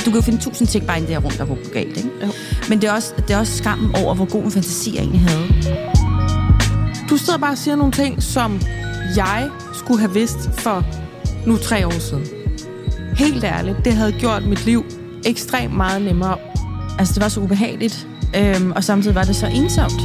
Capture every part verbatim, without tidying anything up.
kan jo finde tusind ting bare i det her rum, der går galt, ikke? Jo. Men det er, også, det er også skammen over, hvor god en fantasi jeg egentlig havde. Du sidder bare og siger nogle ting, som jeg skulle have vidst for nu tre år siden. Helt ærligt, det havde gjort mit liv ekstremt meget nemmere. Altså, det var så ubehageligt, øhm, og samtidig var det så ensomt.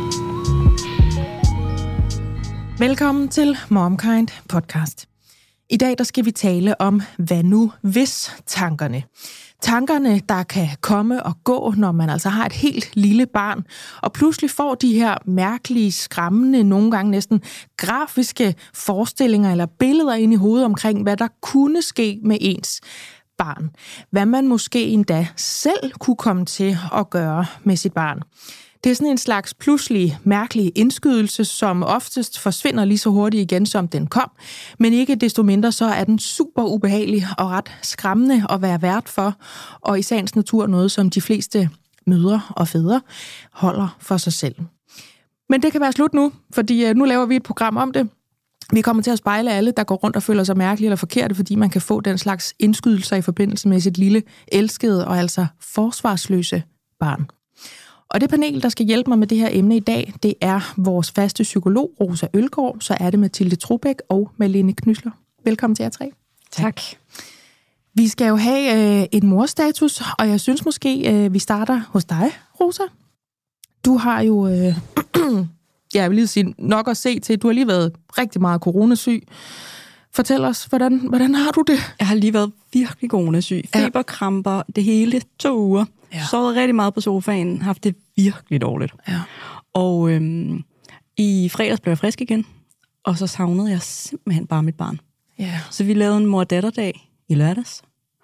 Velkommen til MomKind podcast. I dag der skal vi tale om, hvad nu hvis tankerne. Tankerne, der kan komme og gå, når man altså har et helt lille barn, og pludselig får de her mærkelige, skræmmende, nogle gange næsten grafiske forestillinger eller billeder ind i hovedet omkring, hvad der kunne ske med ens barn. Hvad man måske endda selv kunne komme til at gøre med sit barn. Det er sådan en slags pludselig mærkelig indskydelse, som oftest forsvinder lige så hurtigt igen, som den kom. Men ikke desto mindre, så er den super ubehagelig og ret skræmmende at være vært for. Og i sagens natur noget, som de fleste mødre og fædre holder for sig selv. Men det kan være slut nu, fordi nu laver vi et program om det. Vi kommer til at spejle alle, der går rundt og føler sig mærkelige eller forkerte, fordi man kan få den slags indskydelser i forbindelse med sit lille, elskede og altså forsvarsløse barn. Og det panel, der skal hjælpe mig med det her emne i dag, det er vores faste psykolog, Rosa Ølgaard, så er det Mathilde Trubæk og Malene Knysler. Velkommen til jer tre. Tak. Vi skal jo have øh, en morstatus, og jeg synes måske, øh, vi starter hos dig, Rosa. Du har jo, øh, jeg vil lige sige, nok at se til, du har lige været rigtig meget coronasyg. Fortæl os, hvordan, hvordan har du det? Jeg har lige været virkelig coronasyg. Feberkramper, det hele, to uger. Ja. Sovet rigtig meget på sofaen, haft det virkelig dårligt. Ja. Og øhm, i fredags blev jeg frisk igen, og så savnede jeg simpelthen bare mit barn. Ja. Så vi lavede en mor-datter-dag i lørdags.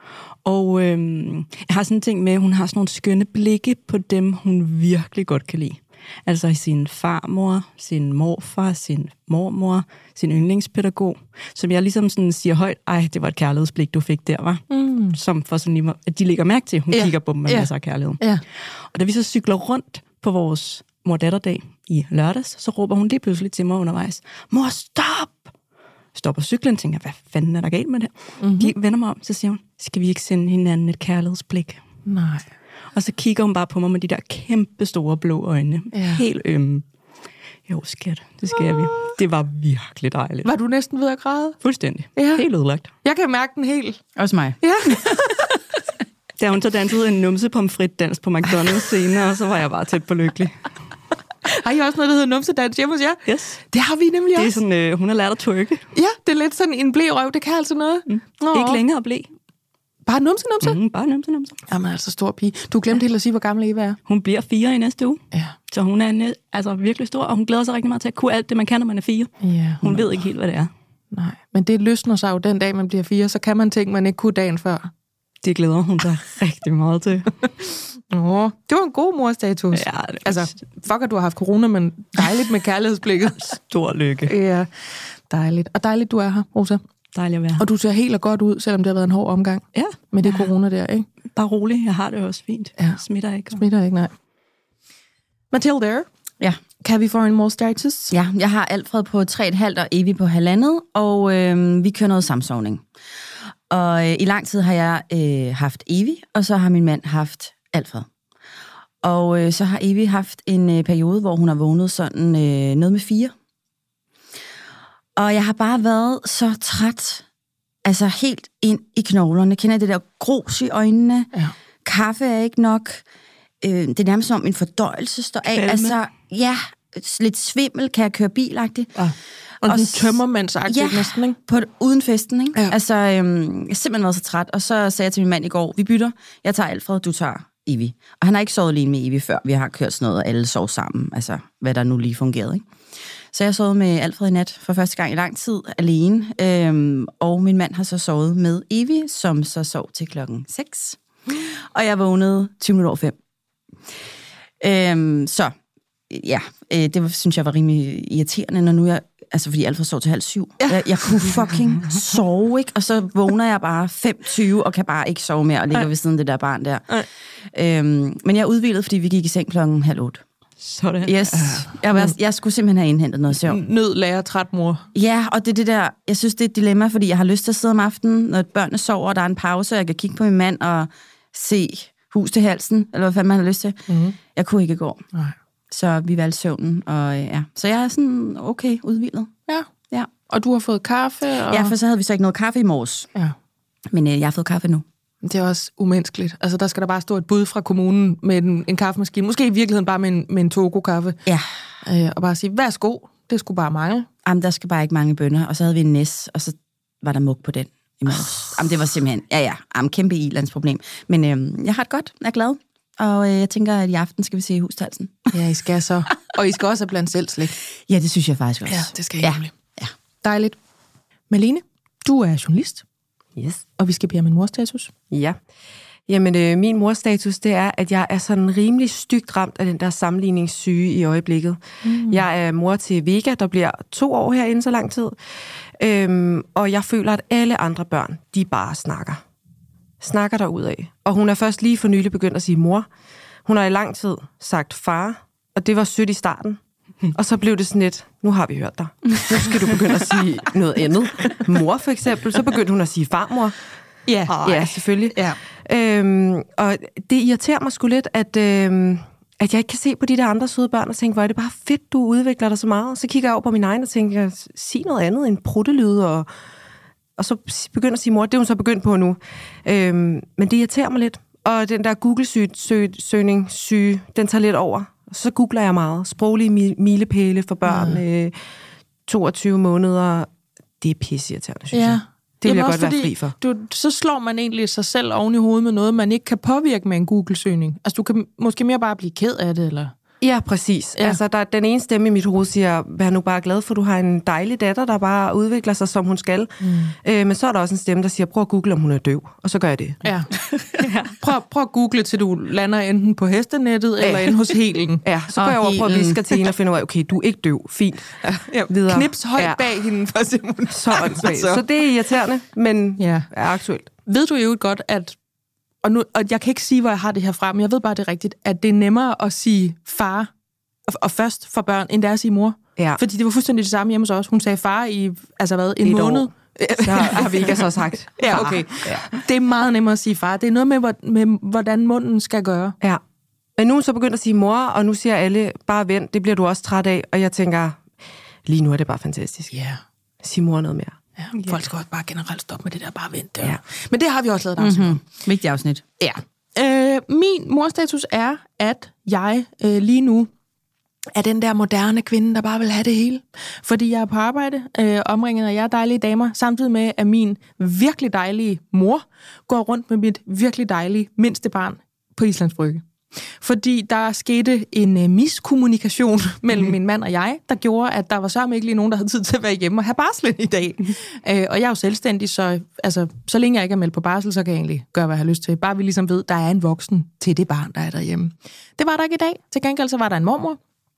Og øhm, jeg har sådan en ting med, at hun har sådan nogle skønne blikke på dem, hun virkelig godt kan lide. Altså sin farmor, sin morfar, sin mormor, sin yndlingspædagog, som jeg ligesom sådan siger højt, ej, det var et kærlighedsblik, du fik der, var. Mm. Som for sådan lige, at de lægger mærke til, hun ja. kigger på dem med ja. masser af kærlighed. Ja. Og da vi så cykler rundt på vores mor-datter-dag i lørdags, så råber hun lige pludselig til mig undervejs, mor, stop! Stopper cyklen, tænker jeg, hvad fanden er der galt med det? Mm-hmm. De vender mig om, så siger hun, skal vi ikke sende hinanden et kærlighedsblik? Nej. Og så kigger hun bare på mig med de der kæmpe store blå øjne. Ja. Helt ømme. Jo, skat, det skal vi. Det var virkelig dejligt. Var du næsten ved at græde? Fuldstændig. Ja. Helt ødelagt. Jeg kan mærke den helt. Også mig. Ja. Da hun så dansede en numse pomfrit-dans på McDonald's senere, så var jeg bare tæt på lykkelig. Har I også noget, der hedder numsedans hjemme hos jer? Yes. Det har vi nemlig også. Det er sådan, øh, hun har lært at twerke. Ja, det er lidt sådan en blerøv. Det kan altså noget. Mm. Ikke længere at blive. Bare numse, numse? Mm, bare numse, numse. Jamen altså, stor pige. Du glemte ja. helt at sige, hvor gammel Eva er. Hun bliver fire i næste uge. Ja. Så hun er altså virkelig stor, og hun glæder sig rigtig meget til at kunne alt det, man kan, når man er fire. Ja, hun hun ved ikke helt, hvad det er. Nej, men det løsner sig jo den dag, man bliver fire. Så kan man ting, man ikke kunne dagen før. Det glæder hun sig rigtig meget til. Åh, det var en god morstatus. Ja, det altså, fuck, at du har haft corona, men dejligt med kærlighedsblikket. Stor lykke. Ja, dejligt. Og dejligt, du er her, Rosa. Dejligt at være her. Og du ser helt og godt ud, selvom det har været en hård omgang. Ja. Med det ja. corona der, ikke? Bare rolig, jeg har det også fint. Ja. Smitter ikke. Smitter ikke, nej. Mathilde, ja. Kan vi få en morstatus? Ja, jeg har Alfred på tre komma fem og Evie på halvandet, og øh, vi kører noget samsovning. Og øh, i lang tid har jeg øh, haft Evie, og så har min mand haft Alfred. Og øh, så har Evie haft en øh, periode, hvor hun har vågnet sådan øh, noget med fire. Og jeg har bare været så træt, altså helt ind i knoglerne. Kender det der grus i øjnene? Ja. Kaffe er ikke nok. Øh, det er nærmest som en fordøjelse står af. Kvalme. Altså, ja, lidt svimmel, kan jeg køre bilagtigt. Ja. Og, og den tømmermandsagtigt ja, næsten, ikke? På, uden festen, ikke? Ja. Altså, øhm, jeg har simpelthen været så træt. Og så sagde jeg til min mand i går, vi bytter. Jeg tager Alfred, du tager Evie. Og han har ikke sovet alene med Evie før. Vi har kørt sådan noget, og alle sov sammen. Altså, hvad der nu lige fungerede, ikke? Så jeg sov med Alfred i nat for første gang i lang tid alene. Øhm, og min mand har så sovet med Evie, som så sov til klokken seks. Og jeg vågnede tyve minutter over fem. Øhm, så, ja, øh, det var, synes jeg var rimelig irriterende, når nu jeg... Altså, fordi Alfred sov til halv syv. Ja. Jeg, jeg kunne fucking sove, ikke? Og så vågner jeg bare fem tyve og kan bare ikke sove mere og ligger ved siden af det der barn der. Øhm, men jeg er udhvilet, fordi vi gik i seng klokken halv otte. Sådan. Yes. Jeg, var, jeg skulle simpelthen have indhentet noget søvn. Nød lærer træt mor. Ja, og det er det der, jeg synes, det er et dilemma, fordi jeg har lyst til at sidde om aftenen, når børnene sover, og der er en pause, og jeg kan kigge på min mand, og se Hus til halsen, eller hvad fanden man har lyst til. Mm. Jeg kunne ikke gå. Nej. Så vi valgte søvnen, og ja. Så jeg er sådan okay udhvilet. Ja. Ja. Og du har fået kaffe? Og... Ja, for så havde vi så ikke noget kaffe i morges. Ja. Men øh, jeg har fået kaffe nu. Det er også umenneskeligt. Altså, der skal der bare stå et bud fra kommunen med en, en kaffemaskine. Måske i virkeligheden bare med en, med en Togo-kaffe. Ja. Øh, og bare sige, værsgo, det skulle bare mangle. Jamen, der skal bare ikke mange bønner. Og så havde vi en næs, og så var der mug på den i morges. Jamen, det var simpelthen, ja ja, jamen, kæmpe ilandsproblem. Men øh, jeg har det godt, jeg er glad. Og øh, jeg tænker, at i aften skal vi se Hus til halsen. Ja, I skal så. Og I skal også have blandt selv slik. Ja, det synes jeg faktisk også. Ja, det skal I ja. nemlig. Ja. Dejligt. Malene, du er journalist, Yes. og vi skal bede om en morstatus. Ja. Jamen, øh, min morstatus, det er, at jeg er sådan rimelig stygt ramt af den der sammenligningssyge i øjeblikket. Mm. Jeg er mor til Vega, der bliver to år her inden så lang tid. Øhm, og jeg føler, at alle andre børn, de bare snakker. Snakker derudad. Og hun er først lige for nylig begyndt at sige mor. Hun har i lang tid sagt far, og det var sødt i starten. Og så blev det sådan lidt, nu har vi hørt dig. Nu skal du begynde at sige noget andet. Mor for eksempel, så begyndte hun at sige farmor. Ja, Ja, selvfølgelig. Ja. Øhm, og det irriterer mig sgu lidt, at, øhm, at jeg ikke kan se på de der andre søde børn og tænke, hvor er det bare fedt, du udvikler dig så meget. Så kigger jeg over på min egen og tænker, sig noget andet end pruttelyd, og, og så begynder at sige mor. Det er hun så begyndt på nu. Øhm, men det irriterer mig lidt. Og den der Google-søgning, syge, den tager lidt over. Så googler jeg meget. Sproglige milepæle for børn, mm. øh, toogtyve måneder. Det er pisseirriterende, synes Ja. jeg. Det vil Jamen jeg godt også være fri for. Du, så slår man egentlig sig selv oven i hovedet med noget, man ikke kan påvirke med en Google-søgning. Altså, du kan måske mere bare blive ked af det, eller... Ja, præcis. Ja. Ja. Altså, der, den ene stemme i mit hoved siger, vær nu bare glad for, du har en dejlig datter, der bare udvikler sig, som hun skal. Mm. Øh, men så er der også en stemme, der siger, prøv at google, om hun er døv. Og så gør jeg det. Ja. prøv, prøv at google, til du lander enten på hestenettet, ja. eller inde hos Helen. Ja, så går jeg over og prøver at viske til hende og finde ud af, okay, du er ikke døv. Fint. Ja. Ja. Videre. Knips højt Ja. bag hende for simpelthen. Så åndssvagt. Så det er irriterende, men Ja. er aktuelt. Ved du jo godt, at... Og, nu, og jeg kan ikke sige, hvor jeg har det her fra, men jeg ved bare, det er rigtigt, at det er nemmere at sige far, og, og først for børn, end det er at sige mor. Ja. Fordi det var fuldstændig det samme hjemme hos os. Hun sagde far i, altså hvad, en Et måned. år. Så har vi ikke så sagt. Ja, far. okay. Ja. Det er meget nemmere at sige far. Det er noget med, med hvordan munden skal gøre. Ja. Men nu er hun så begyndt at sige mor, og nu siger alle, bare vent, det bliver du også træt af. Og jeg tænker, lige nu er det bare fantastisk. Ja. Yeah. Sig mor noget mere. Ja, folk skal også bare generelt stoppe med det der bare vent. Ja. Men det har vi også lavet et afsnit. Mm-hmm. Vigtigt afsnit. Ja. Øh, min morstatus er, at jeg øh, lige nu er den der moderne kvinde, der bare vil have det hele. Fordi jeg er på arbejde, øh, omringet af jer dejlige damer, samtidig med, at min virkelig dejlige mor går rundt med mit virkelig dejlige mindste barn på Islands Brygge. Fordi der skete en uh, miskommunikation mellem mm. min mand og jeg, der gjorde, at der var sørme ikke lige nogen, der havde tid til at være hjemme og have barslen i dag. Mm. Uh, og jeg er jo selvstændig, så altså, så længe jeg ikke er meldt på barsel, så kan jeg egentlig gøre, hvad jeg har lyst til. Bare vi ligesom ved, der er en voksen til det barn, der er derhjemme. Det var der ikke i dag. Til gengæld så var der en mormor,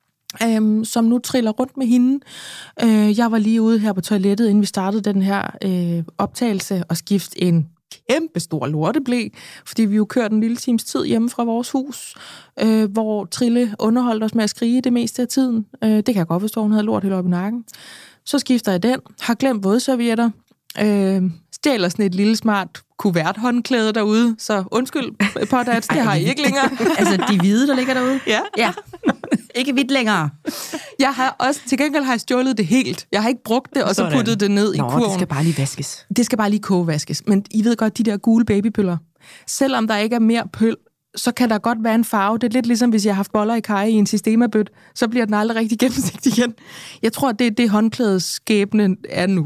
Øhm, som nu triller rundt med hende. Øh, jeg var lige ude her på toilettet, inden vi startede den her øh, optagelse, og skift en kæmpe stor lorteblæ, fordi vi jo kørte en lille times tid hjemme fra vores hus, øh, hvor Trille underholdt os med at skrige det meste af tiden. Øh, det kan jeg godt forstå, hun havde lort helt oppe i nakken. Så skifter jeg den, har glemt vådservietter, øh, stjæler sådan et lille smart kuverthåndklæde derude, så undskyld, Potats, det har I ikke længere. Altså de hvide, der ligger derude? Ja. Ja. Ikke hvidt længere. Jeg har også, til gengæld har jeg stjålet det helt. Jeg har ikke brugt det, og så puttet det ned Nå, i kurven. det skal bare lige vaskes. Det skal bare lige kogevaskes. Men I ved godt, de der gule babypøller, selvom der ikke er mere pøl, så kan der godt være en farve. Det er lidt ligesom, hvis jeg har haft boller i kaj i en systemabøt, så bliver den aldrig rigtig gennemsigtig igen. Jeg tror, det er det håndklædets skæbne er nu.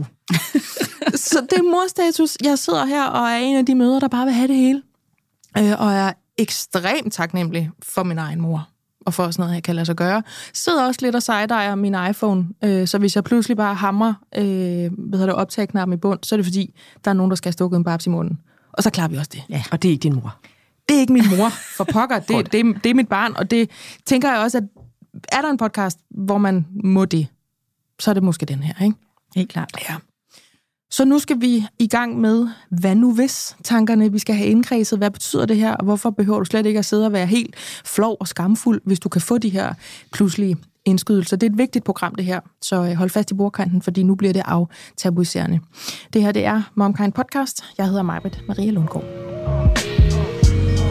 Så det er morstatus. Jeg sidder her og er en af de mødre, der bare vil have det hele. Øh, og er ekstremt taknemmelig for min egen mor. Og for sådan noget, jeg kan lade sig gøre. Sidder også lidt og sejdejer min iPhone. Øh, så hvis jeg pludselig bare hamrer øh, hvad hedder det, optagknappen i bund, så er det fordi, der er nogen, der skal have stukket en babs i munden. Og så klarer vi også det. Ja. Og det er ikke din mor. Det er ikke min mor, for pokker. Det, det, er, det er mit barn, og det tænker jeg også, at er der en podcast, hvor man må det, så er det måske den her, ikke? Helt klart. Ja. Så nu skal vi i gang med, hvad nu hvis tankerne, vi skal have indkredset. Hvad betyder det her, og hvorfor behøver du slet ikke at sidde og være helt flov og skamfuld, hvis du kan få de her pludselige indskydelser. Det er et vigtigt program, det her, så hold fast i bordkanten, fordi nu bliver det aftabuiserende. Det her, det er MomKind Podcast. Jeg hedder Maj-Britt Maria Lundgaard.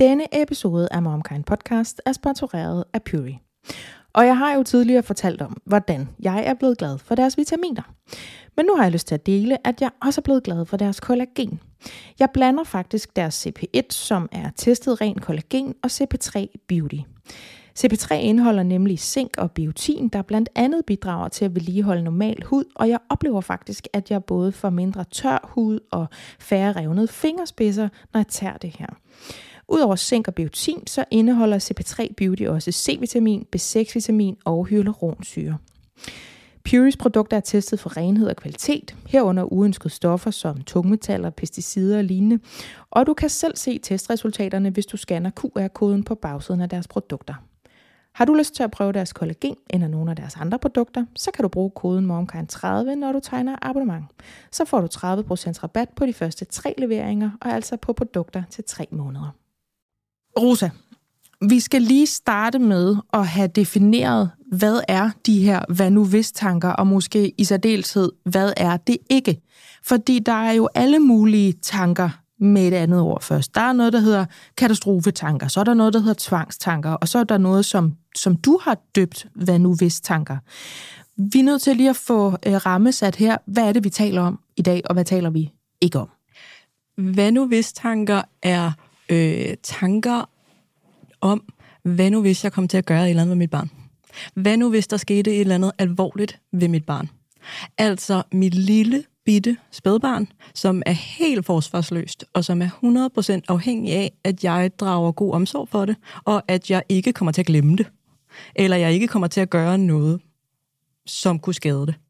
Denne episode af MomKind Podcast er sponsoreret af Pury. Og jeg har jo tidligere fortalt om, hvordan jeg er blevet glad for deres vitaminer. Men nu har jeg lyst til at dele, at jeg også er blevet glad for deres kollagen. Jeg blander faktisk deres C P et, som er testet ren kollagen, og C P tre Beauty. C P tre indeholder nemlig zink og biotin, der blandt andet bidrager til at vedligeholde normal hud, og jeg oplever faktisk, at jeg både får mindre tør hud og færre revnede fingerspidser, når jeg tager det her. Udover zink og biotin, så indeholder C P tre Beauty også C-vitamin, B seks vitamin og hyaluronsyre. Purys produkter er testet for renhed og kvalitet, herunder uønskede stoffer som tungmetaller, pesticider og lignende, og du kan selv se testresultaterne, hvis du scanner Q R-koden på bagsiden af deres produkter. Har du lyst til at prøve deres kollagen eller nogle af deres andre produkter, så kan du bruge koden momkind tredive, når du tegner abonnement. Så får du tredive procent rabat på de første tre leveringer, og altså på produkter til tre måneder. Rosa, vi skal lige starte med at have defineret, hvad er de her hvad nu hvis tanker, og måske i særdeleshed, hvad er det ikke? Fordi der er jo alle mulige tanker med et andet ord først. Der er noget, der hedder katastrofetanker, så er der noget, der hedder tvangstanker, og så er der noget, som, som du har døbt hvad nu hvis tanker. Vi er nødt til lige at få øh, rammesat her, hvad er det, vi taler om i dag, og hvad taler vi ikke om? Hvad nu hvis tanker er øh, tanker om, hvad nu hvis jeg kom til at gøre et eller andet med mit barn? Hvad nu hvis der skete et eller andet alvorligt ved mit barn? Altså mit lille bitte spædbarn, som er helt forsvarsløst, og som er hundrede procent afhængig af, at jeg drager god omsorg for det, og at jeg ikke kommer til at glemme det, eller jeg ikke kommer til at gøre noget, som kunne skade det.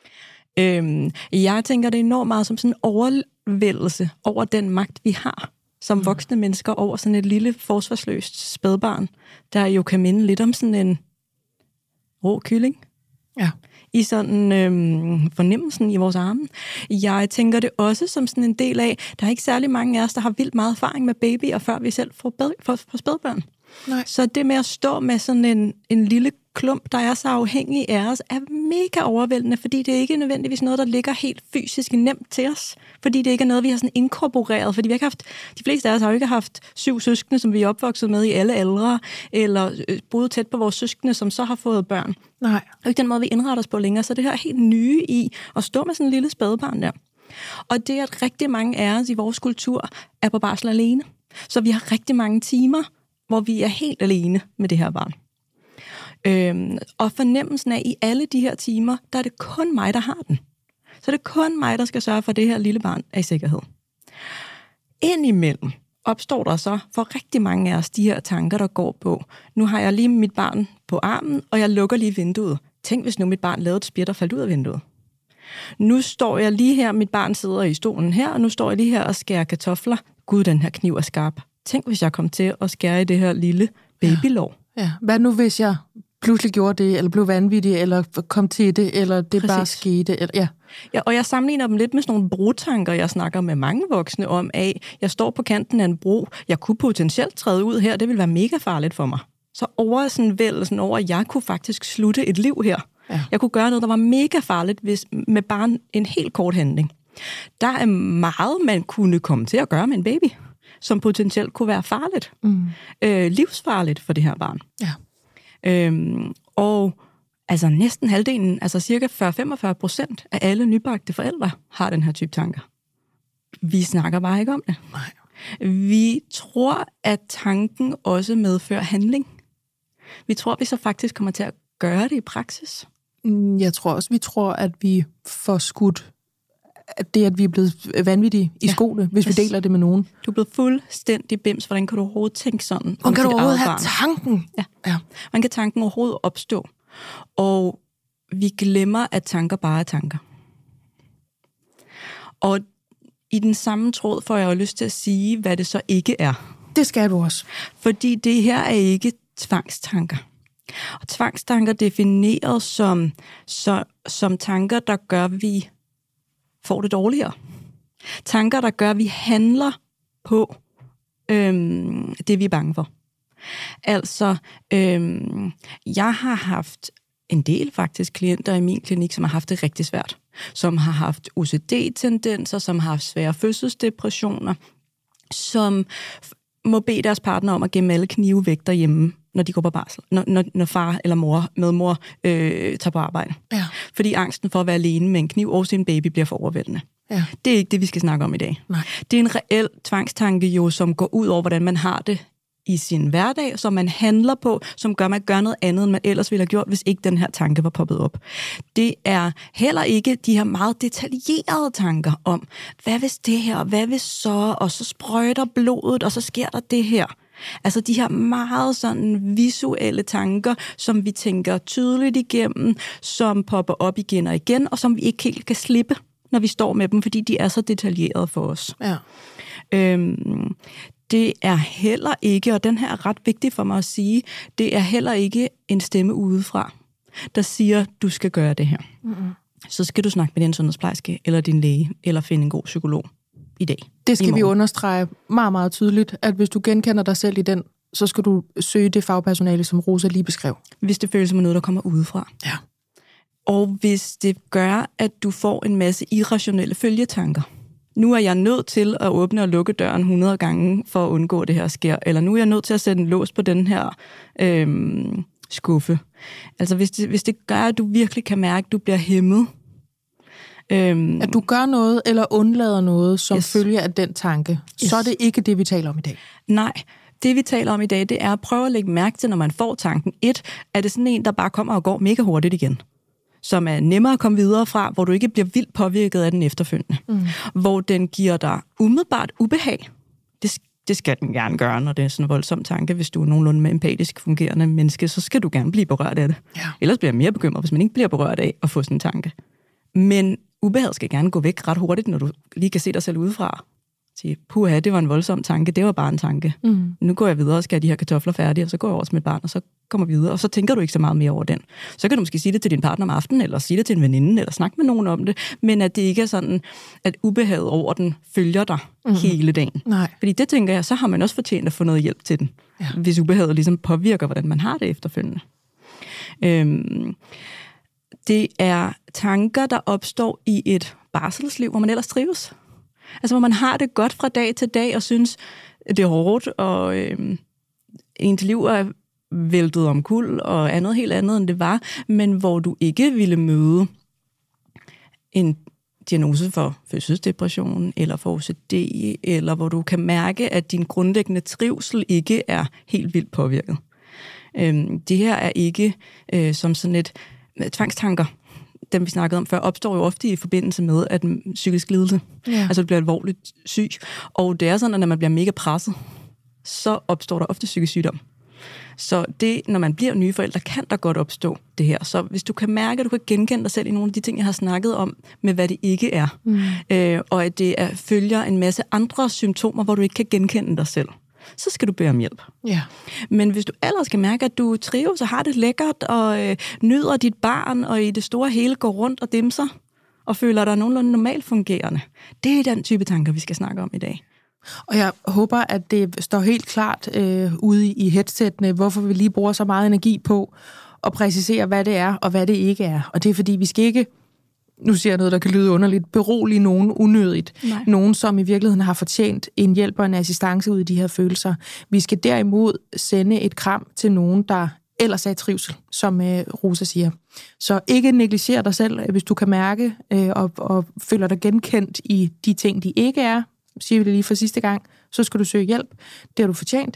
Øhm, jeg tænker, det er enormt meget som sådan en overvældelse over den magt, vi har som voksne mennesker over sådan et lille forsvarsløst spædbarn, der jo kan minde lidt om sådan en rå kylling. Ja. I sådan øhm, fornemmelsen i vores arme. Jeg tænker det også som sådan en del af, der er ikke særlig mange af os, der har vildt meget erfaring med babyer, før vi selv får, bed- får, får spædbørn. Nej. Så det med at stå med sådan en, en lille klump, der er så afhængig af os, er mega overvældende, fordi det er ikke nødvendigvis noget, der ligger helt fysisk nemt til os. Fordi det ikke er noget, vi har sådan inkorporeret. Fordi vi har ikke haft, de fleste af os har jo ikke haft syv søskende, som vi er opvokset med i alle aldre, eller boet tæt på vores søskende, som så har fået børn. Nej. Det er ikke den måde, vi indretter os på længere. Så det her er helt nye i at stå med sådan en lille spædbarn der. Og det er, at rigtig mange af os i vores kultur er på barsel alene. Så vi har rigtig mange timer, hvor vi er helt alene med det her barn. Øhm, og fornemmelsen af, i alle de her timer, der er det kun mig, der har den. Så det er kun mig, der skal sørge for, at det her lille barn er i sikkerhed. Indimellem opstår der så for rigtig mange af os de her tanker, der går på, nu har jeg lige mit barn på armen, og jeg lukker lige vinduet. Tænk, hvis nu mit barn lavede et spjæt og faldt ud af vinduet. Nu står jeg lige her, mit barn sidder i stolen her, og nu står jeg lige her og skærer kartofler. Gud, den her kniv er skarp. Tænk, hvis jeg kom til at skære i det her lille babylår. Ja. Ja. Hvad nu, hvis jeg pludselig gjorde det, eller blev vanvittig, eller kom til det, eller det Præcis. bare skete? Eller, ja. Ja, og jeg sammenligner dem lidt med sådan nogle brotanker, jeg snakker med mange voksne om, af, jeg står på kanten af en bro, jeg kunne potentielt træde ud her, det ville være mega farligt for mig. Så over sådan vældelsen over, at jeg kunne faktisk slutte et liv her. Ja. Jeg kunne gøre noget, der var mega farligt, hvis, med bare en helt kort handling. Der er meget, man kunne komme til at gøre med en baby, som potentielt kunne være farligt. Mm. Øh, livsfarligt for det her barn. Ja. Øhm, og altså næsten halvdelen, altså cirka fyrre til femogfyrre procent af alle nybagte forældre har den her type tanker. Vi snakker bare ikke om det. Nej. Vi tror, at tanken også medfører handling. Vi tror, vi så faktisk kommer til at gøre det i praksis. Jeg tror også, vi tror, at vi får skudt at det, at vi er blevet vanvittige i ja. skole, hvis vi deler det med nogen. Du er blevet fuldstændig bims. Hvordan kan du overhovedet tænke sådan? Hvordan kan du overhovedet have tanken? Ja. ja. Hvordan kan tanken overhovedet opstå? Og vi glemmer, at tanker bare er tanker. Og i den samme tråd får jeg jo lyst til at sige, hvad det så ikke er. Det skal du også. Fordi det her er ikke tvangstanker. Og tvangstanker defineret som, så, som tanker, der gør, at vi får det dårligere. Tanker, der gør, at vi handler på øhm, det, vi er bange for. Altså, øhm, jeg har haft en del faktisk klienter i min klinik, som har haft det rigtig svært. Som har haft O C D-tendenser, som har haft svære fødselsdepressioner, som må bede deres partner om at gemme alle knive væk derhjemme, når de går på barsel. Når, når, når far eller mor, medmor, øh, tager på arbejde. Ja. Fordi angsten for at være alene med en kniv og sin baby bliver for overvældende. Ja. Det er ikke det, vi skal snakke om i dag. Nej. Det er en reel tvangstanke, jo, som går ud over, hvordan man har det i sin hverdag, som man handler på, som gør, at man gør noget andet, end man ellers ville have gjort, hvis ikke den her tanke var poppet op. Det er heller ikke de her meget detaljerede tanker om, hvad hvis det her, hvad hvis så, og så sprøjter blodet, og så sker der det her. Altså de her meget sådan visuelle tanker, som vi tænker tydeligt igennem, som popper op igen og igen, og som vi ikke helt kan slippe, når vi står med dem, fordi de er så detaljerede for os. Ja. Øhm, det er heller ikke, og den her er ret vigtig for mig at sige, det er heller ikke en stemme udefra, der siger, du skal gøre det her. Mm-hmm. Så skal du snakke med din sundhedsplejerske, eller din læge, eller finde en god psykolog i dag. Det skal vi understrege meget, meget tydeligt, at hvis du genkender dig selv i den, så skal du søge det fagpersonale, som Rosa lige beskrev. Hvis det føles som noget, der kommer udefra. Ja. Og hvis det gør, at du får en masse irrationelle følgetanker. Nu er jeg nødt til at åbne og lukke døren hundrede gange, for at undgå, at det her sker. Eller nu er jeg nødt til at sætte en lås på den her øhm, skuffe. Altså hvis det, hvis det gør, at du virkelig kan mærke, at du bliver hæmmet. Øhm, at du gør noget, eller undlader noget, som yes. følge af den tanke. Yes. Så er det ikke det, vi taler om i dag. Nej, det vi taler om i dag, det er at prøve at lægge mærke til, når man får tanken. Et, er det sådan en, der bare kommer og går mega hurtigt igen. Som er nemmere at komme videre fra, hvor du ikke bliver vildt påvirket af den efterfølgende. Mm. Hvor den giver dig umiddelbart ubehag. Det, det skal den gerne gøre, når det er sådan en voldsom tanke. Hvis du er nogenlunde med empatisk fungerende menneske, så skal du gerne blive berørt af det. Ja. Ellers bliver jeg mere bekymret, hvis man ikke bliver berørt af at få sådan en tanke. Men ubehaget skal gerne gå væk ret hurtigt, når du lige kan se dig selv udefra. Sige, puha, det var en voldsom tanke, det var bare en tanke. Mm. Nu går jeg videre og skal have de her kartofler færdige, og så går jeg over til mit barn, og så kommer vi videre, og så tænker du ikke så meget mere over den. Så kan du måske sige det til din partner om aftenen, eller sige det til en veninde, eller snakke med nogen om det, men at det ikke er sådan, at ubehaget over den følger dig mm. hele dagen. Nej. Fordi det tænker jeg, så har man også fortjent at få noget hjælp til den, ja. Hvis ubehaget ligesom påvirker, hvordan man har det efterfølgende. Øhm, det er tanker, der opstår i et barselsliv, hvor man ellers trives. Altså, hvor man har det godt fra dag til dag, og synes, det er hårdt, og øh, ens liv er væltet omkuld, og er noget helt andet, end det var, men hvor du ikke ville møde en diagnose for fødselsdepression, eller for O C D, eller hvor du kan mærke, at din grundlæggende trivsel ikke er helt vildt påvirket. Øh, det her er ikke øh, som sådan et tvangstanker, dem vi snakkede om før, opstår jo ofte i forbindelse med at en psykisk lidelse. Ja. Altså, det bliver alvorligt syg. Og det er sådan, at når man bliver mega presset, så opstår der ofte psykisk sygdom. Så det, når man bliver nye forældre, kan der godt opstå det her. Så hvis du kan mærke, at du kan genkende dig selv i nogle af de ting, jeg har snakket om, med hvad det ikke er, mm. øh, og at det er, følger en masse andre symptomer, hvor du ikke kan genkende dig selv, så skal du bede om hjælp. Ja. Men hvis du ellers skal mærke, at du trives og har det lækkert, og øh, nyder dit barn, og i det store hele går rundt og dimser, og føler dig nogenlunde normalt fungerende, det er den type tanker, vi skal snakke om i dag. Og jeg håber, at det står helt klart øh, ude i headsættene, hvorfor vi lige bruger så meget energi på at præcisere, hvad det er, og hvad det ikke er. Og det er, fordi vi skal ikke, nu siger jeg noget, der kan lyde underligt, berolige nogen unødigt. Nej. Nogen, som i virkeligheden har fortjent en hjælp og en assistance ud i de her følelser. Vi skal derimod sende et kram til nogen, der ellers er i trivsel, som øh, Rosa siger. Så ikke negligere dig selv, hvis du kan mærke øh, og, og føler dig genkendt i de ting, de ikke er. Siger vi det lige for sidste gang, så skal du søge hjælp. Det har du fortjent.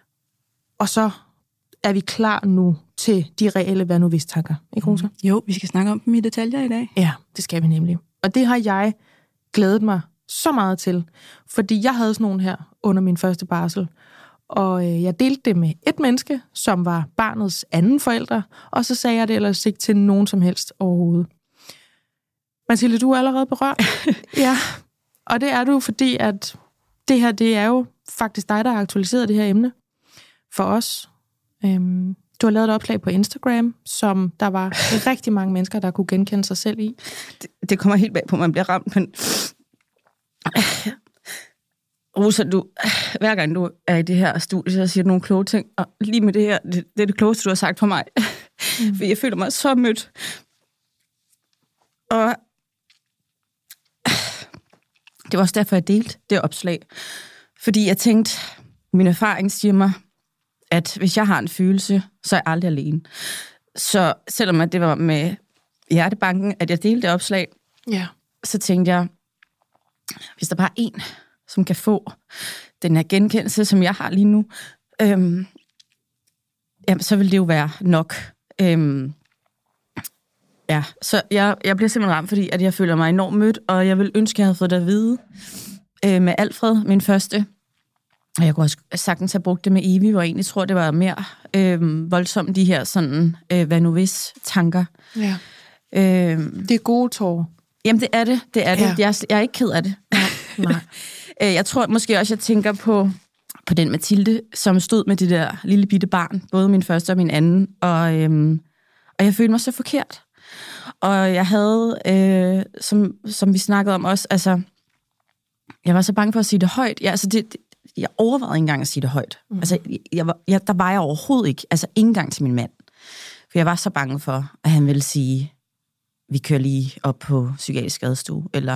Og så er vi klar nu til de reelle hvad nu hvis tanker. Ikke, Rosa? Mm. Jo, vi skal snakke om dem i detaljer i dag. Ja, det skal vi nemlig. Og det har jeg glædet mig så meget til. Fordi jeg havde sådan nogen her under min første barsel. Og øh, jeg delte det med et menneske, som var barnets anden forælder. Og så sagde jeg det ellers ikke til nogen som helst overhovedet. Mathilde, du er allerede berørt. Ja. Og det er du, fordi at det her, det er jo faktisk dig, der har aktualiseret det her emne for os. Øhm, du har lavet et opslag på Instagram, som der var rigtig mange mennesker, der kunne genkende sig selv i. Det, det kommer helt bag på, man bliver ramt, men Rosa, du, hver gang du er i det her studie, så siger du nogle kloge ting, og lige med det her, det, det er det klogeste, du har sagt for mig. Mm. For jeg føler mig så mødt. Og det var også derfor, jeg delte det opslag. Fordi jeg tænkte, min erfaring siger mig, at hvis jeg har en følelse, så er jeg aldrig alene. Så selvom at det var med hjertebanken, at jeg delte det opslag, ja. så tænkte jeg, hvis der bare er en, som kan få den her genkendelse, som jeg har lige nu, øhm, jamen, så vil det jo være nok. Øhm, ja, så jeg, jeg bliver simpelthen ramt, fordi at jeg føler mig enormt mødt, og jeg vil ønske, at jeg havde fået det at vide øh, med Alfred, min første. Og jeg kunne også sagtens have brugt det med Evie, hvor jeg egentlig tror, det var mere øh, voldsomt, de her sådan, øh, hvad nu hvis, tanker. Ja. Øh, det er gode tårer. Jamen, det er det. Det er det. Ja. Jeg, jeg er ikke ked af det. Nej. Jeg tror måske også, jeg tænker på, på den Mathilde, som stod med det der lille bitte barn, både min første og min anden, og, øhm, og jeg følte mig så forkert. Og jeg havde, øh, som, som vi snakkede om også, altså, jeg var så bange for at sige det højt. Ja, altså det, det, jeg overvejede ikke engang at sige det højt. Mm. Altså, jeg var, jeg, der var jeg overhovedet ikke, altså ikke engang til min mand. For jeg var så bange for, at han ville sige, vi kører lige op på psykiatrisk skadestue, eller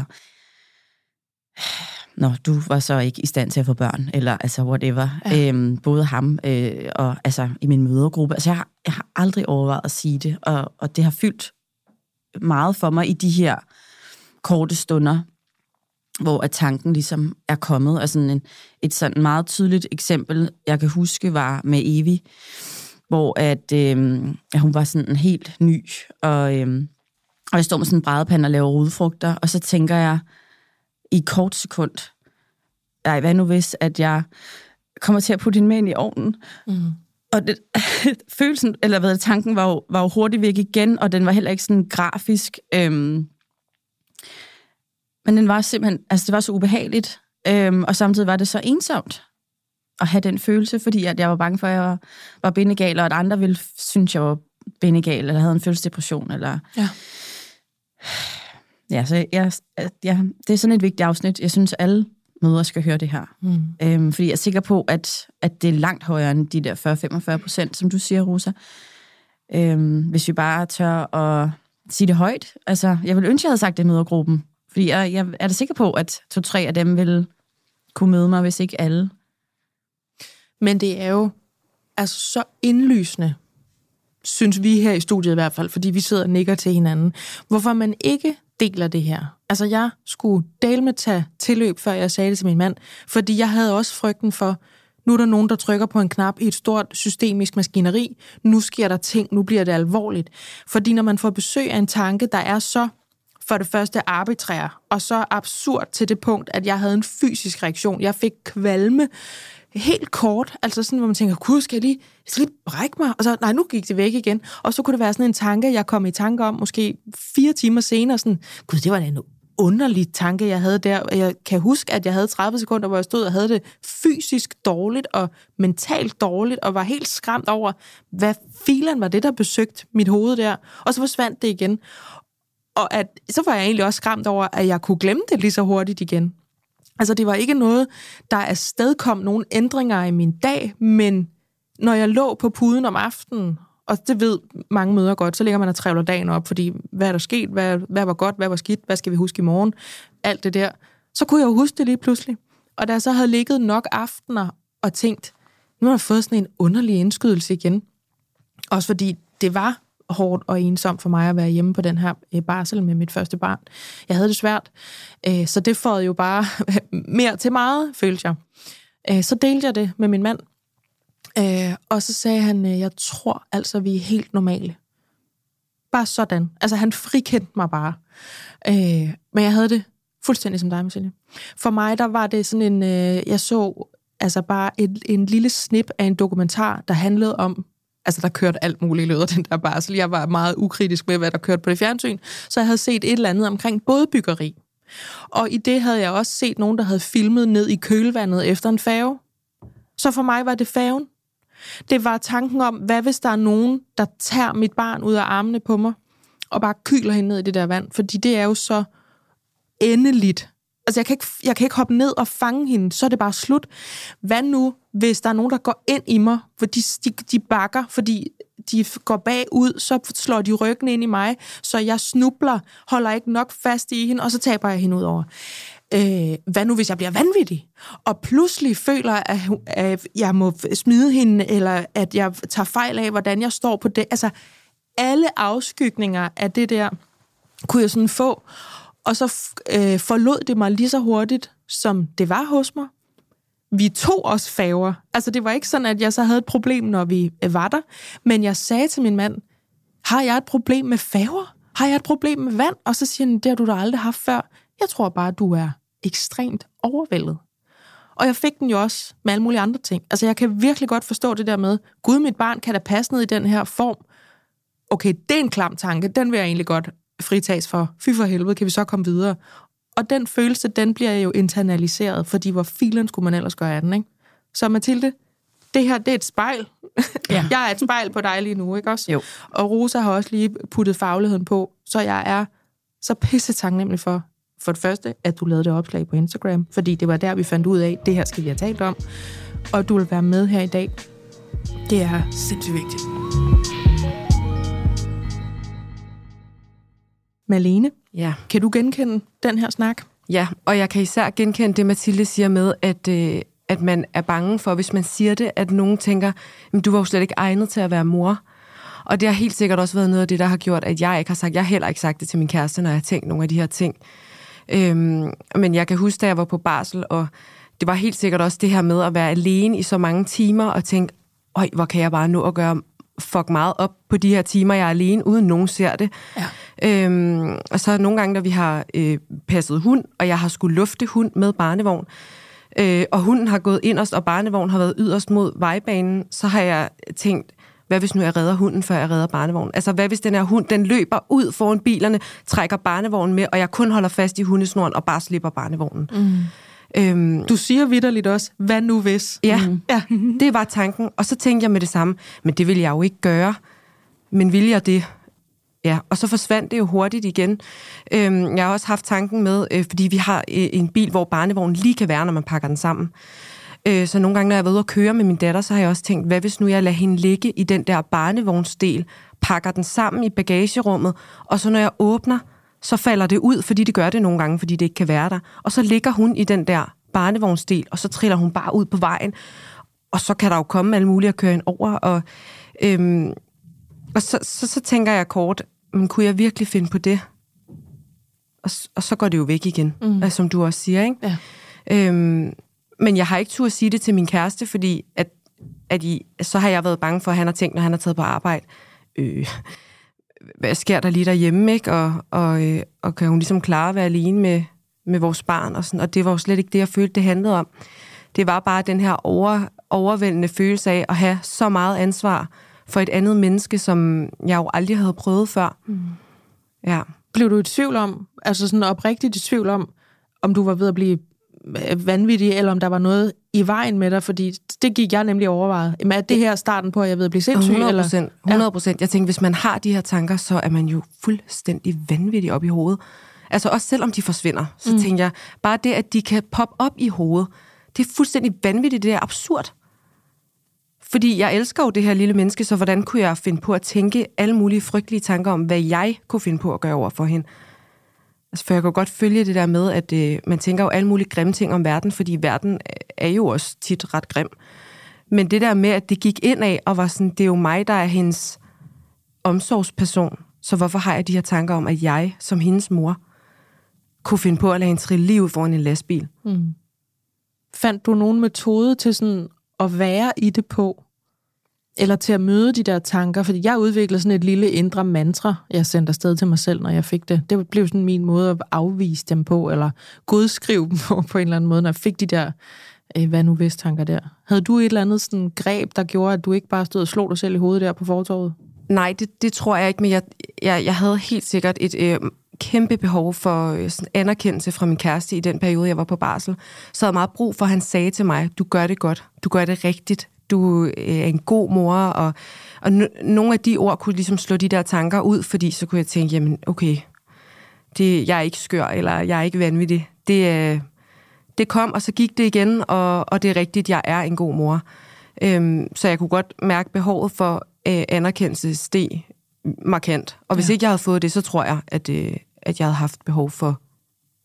nå, du var så ikke i stand til at få børn, eller altså whatever. Ja. Øhm, både ham øh, og altså i min mødergruppe. Altså jeg har, jeg har aldrig overvejet at sige det, og, og det har fyldt meget for mig i de her korte stunder, hvor at tanken ligesom er kommet. Og sådan en, et sådan meget tydeligt eksempel, jeg kan huske, var med Evie, hvor at øh, hun var sådan helt ny, og, øh, og jeg står med sådan en brædepande og laver rudefrugter, og så tænker jeg, i et kort sekund, nej, hvad nu hvis, at jeg kommer til at putte hende med ind i ovnen. Mm. Og det, følelsen, eller hvad, tanken var jo, var jo hurtigt væk igen, og den var heller ikke sådan grafisk. Øhm, men den var simpelthen, altså det var så ubehageligt, øhm, og samtidig var det så ensomt at have den følelse, fordi at jeg var bange for, at jeg var, var bindegal, og at andre ville synes, jeg var bindegal, eller havde en følelsesdepression, eller... Ja. Ja, så jeg, ja, det er sådan et vigtigt afsnit. Jeg synes, alle mødre skal høre det her. Mm. Øhm, fordi jeg er sikker på, at, at det er langt højere end de der fyrre til femogfyrre procent, som du siger, Rosa. Øhm, hvis vi bare tør at sige det højt. Altså, jeg vil ønske, jeg havde sagt det i mødergruppen. Fordi jeg, jeg er da sikker på, at to-tre af dem vil kunne møde mig, hvis ikke alle. Men det er jo altså så indlysende, synes vi her i studiet i hvert fald, fordi vi sidder og nikker til hinanden, hvorfor man ikke deler det her. Altså, jeg skulle dele med tage tilløb, før jeg sagde det til min mand, fordi jeg havde også frygten for, nu er der nogen, der trykker på en knap i et stort systemisk maskineri, nu sker der ting, nu bliver det alvorligt. Fordi når man får besøg af en tanke, der er så for det første arbitrær, og så absurd til det punkt, at jeg havde en fysisk reaktion. Jeg fik kvalme, helt kort, altså sådan, hvor man tænker, gud, skal jeg lige, jeg skal lige brække mig? Og så, nej, nu gik det væk igen. Og så kunne det være sådan en tanke, jeg kom i tanke om, måske fire timer senere, sådan, gud, det var da en underlig tanke, jeg havde der. Jeg kan huske, at jeg havde tredive sekunder, hvor jeg stod og havde det fysisk dårligt og mentalt dårligt, og var helt skræmt over, hvad filen var det, der besøgte mit hoved der. Og så forsvandt det igen. Og at, så var jeg egentlig også skræmt over, at jeg kunne glemme det lige så hurtigt igen. Altså, det var ikke noget, der afstedkom nogle ændringer i min dag, men når jeg lå på puden om aftenen, og det ved mange mødre godt, så ligger man og trævler dagen op, fordi hvad er der sket, hvad, hvad var godt, hvad var skidt, hvad skal vi huske i morgen, alt det der. Så kunne jeg jo huske det lige pludselig. Og da jeg så havde ligget nok aftener og tænkt, nu har jeg fået sådan en underlig indskydelse igen. Også fordi det var hårdt og ensomt for mig at være hjemme på den her barsel med mit første barn. Jeg havde det svært, så det får jo bare mere til meget, følte jeg. Så delte jeg det med min mand, og så sagde han, jeg tror altså, vi er helt normale. Bare sådan. Altså, han frikendte mig bare. Men jeg havde det fuldstændig som dig, Mathilde. For mig, der var det sådan en, jeg så altså bare en, en lille snip af en dokumentar, der handlede om, altså, der kørte alt muligt i løbet af den der barsel. Jeg var meget ukritisk med, hvad der kørte på det fjernsyn. Så jeg havde set et eller andet omkring bådbyggeri. Og i det havde jeg også set nogen, der havde filmet ned i kølvandet efter en færge. Så for mig var det færgen. Det var tanken om, hvad hvis der er nogen, der tager mit barn ud af armene på mig, og bare kyler hende ned i det der vand. Fordi det er jo så endeligt. Altså, jeg kan, ikke, jeg kan ikke hoppe ned og fange hende, så er det bare slut. Hvad nu, hvis der er nogen, der går ind i mig, for de, de, de bakker, fordi de går bagud, så slår de ryggen ind i mig, så jeg snubler, holder ikke nok fast i hende, og så taber jeg hende ud over. øh, hvad nu hvis jeg bliver vanvittig? Og pludselig føler, at, at jeg må smide hende, eller at jeg tager fejl af, hvordan jeg står på det. Altså, alle afskygninger af det der, kunne jeg sådan få. Og så øh, forlod det mig lige så hurtigt, som det var hos mig. Vi tog os færger. Altså, det var ikke sådan, at jeg så havde et problem, når vi var der. Men jeg sagde til min mand, har jeg et problem med færger? Har jeg et problem med vand? Og så siger han, det har du da aldrig haft før. Jeg tror bare, du er ekstremt overvældet. Og jeg fik den jo også med alle mulige andre ting. Altså, jeg kan virkelig godt forstå det der med, Gud, mit barn kan da passe ned i den her form. Okay, det er en klam tanke. Den vil jeg egentlig godt fritages for. Fy for helvede, kan vi så komme videre? Og den følelse, den bliver jo internaliseret, fordi hvor filen skulle man ellers gøre af den, ikke? Så Mathilde, det her, det er et spejl. Ja. Jeg er et spejl på dig lige nu, ikke også? Jo. Og Rosa har også lige puttet fagligheden på, så jeg er så pisse taknemmelig for, for det første, at du lavede det opslag på Instagram, fordi det var der, vi fandt ud af, det her skal vi have talt om, og du vil være med her i dag. Det er sindssygt vigtigt. Malene, Ja. kan du genkende den her snak? Ja, og jeg kan især genkende det, Mathilde siger med, at, øh, at man er bange for, hvis man siger det, at nogen tænker, du var jo slet ikke egnet til at være mor. Og det har helt sikkert også været noget af det, der har gjort, at jeg ikke har sagt, jeg har heller ikke sagt det til min kæreste, når jeg har tænkt nogle af de her ting. Øhm, men jeg kan huske, da jeg var på barsel, og det var helt sikkert også det her med at være alene i så mange timer, og tænke, øj, hvor kan jeg bare nå at gøre fuck meget op på de her timer, jeg er alene, uden nogen ser det. Ja. Øhm, og så nogle gange, da vi har øh, passet hund, og jeg har skulle lufte hund med barnevogn, øh, og hunden har gået inderst, og barnevognen har været yderst mod vejbanen, så har jeg tænkt, hvad hvis nu jeg redder hunden, før jeg redder barnevognen? Altså, hvad hvis den her hund, den løber ud foran bilerne, trækker barnevognen med, og jeg kun holder fast i hundesnoren og bare slipper barnevognen? Mm. Øhm, du siger vitterligt også, hvad nu hvis? Ja, mm. ja, det var tanken. Og så tænkte jeg med det samme, men det vil jeg jo ikke gøre. Men vil jeg det? Ja, og så forsvandt det jo hurtigt igen. Øhm, jeg har også haft tanken med, øh, fordi vi har øh, en bil, hvor barnevognen lige kan være, når man pakker den sammen. Øh, så nogle gange, når jeg har været ude at køre med min datter, så har jeg også tænkt, hvad hvis nu jeg lader hende ligge i den der barnevognsdel, pakker den sammen i bagagerummet, og så når jeg åbner, så falder det ud, fordi det gør det nogle gange, fordi det ikke kan være der. Og så ligger hun i den der barnevognsdel, og så triller hun bare ud på vejen, og så kan der jo komme alle mulige at køre ind over. Og, øhm, og så, så, så tænker jeg kort, men kunne jeg virkelig finde på det? Og, og så går det jo væk igen, mm. altså, som du også siger, ikke? Ja. Øhm, men jeg har ikke turde sige det til min kæreste, fordi at, at I, så har jeg været bange for, at han har tænkt, når han har taget på arbejde, øh, hvad sker der lige derhjemme, ikke? Og, og, øh, og kan hun ligesom klare at være alene med, med vores barn? Og, sådan, og det var jo slet ikke det, jeg følte, det handlede om. Det var bare den her over, overvældende følelse af at have så meget ansvar for et andet menneske, som jeg jo aldrig havde prøvet før. Mm. Ja. Blev du i tvivl om, altså sådan oprigtigt i tvivl om, om du var ved at blive vanvittig, eller om der var noget i vejen med dig, fordi det gik jeg nemlig overvejet. Men er det her starten på, at jeg er ved at blive sindssyg? hundrede procent. hundrede procent. Jeg tænkte, hvis man har de her tanker, så er man jo fuldstændig vanvittig op i hovedet. Altså også selvom de forsvinder, så mm. tænker jeg, bare det, at de kan poppe op i hovedet, det er fuldstændig vanvittigt, det er absurd. Fordi jeg elsker jo det her lille menneske, så hvordan kunne jeg finde på at tænke alle mulige frygtelige tanker om, hvad jeg kunne finde på at gøre over for hende? Altså, for jeg kan godt følge det der med, at øh, man tænker jo alle mulige grimme ting om verden, fordi verden er jo også tit ret grim. Men det der med, at det gik ind af og var sådan, det er jo mig, der er hendes omsorgsperson, så hvorfor har jeg de her tanker om, at jeg, som hendes mor, kunne finde på at lade hende trille lige ud foran en lastbil? Mm. Fandt du nogen metode til sådan at være i det på? Eller til at møde de der tanker? Fordi jeg udviklede sådan et lille indre mantra, jeg sendte afsted til mig selv, når jeg fik det. Det blev sådan min måde at afvise dem på, eller godskrive dem på, på en eller anden måde, når jeg fik de der, øh, hvad nu hvis tanker der. Havde du et eller andet sådan greb, der gjorde, at du ikke bare stod og slog dig selv i hovedet der på fortovet? Nej, det, det tror jeg ikke, men jeg, jeg, jeg havde helt sikkert et øh, kæmpe behov for øh, sådan anerkendelse fra min kæreste i den periode, jeg var på barsel. Så jeg havde meget brug for, at han sagde til mig, du gør det godt, du gør det rigtigt, du er en god mor, og, og n- nogle af de ord kunne ligesom slå de der tanker ud, fordi så kunne jeg tænke, jamen okay, det, jeg er ikke skør, eller jeg er ikke vanvittig. Det, øh, det kom, og så gik det igen, og, og det er rigtigt, jeg er en god mor. Øhm, så jeg kunne godt mærke behovet for øh, anerkendelse steg markant. Og hvis ja. ikke jeg havde fået det, så tror jeg, at, øh, at jeg havde haft behov for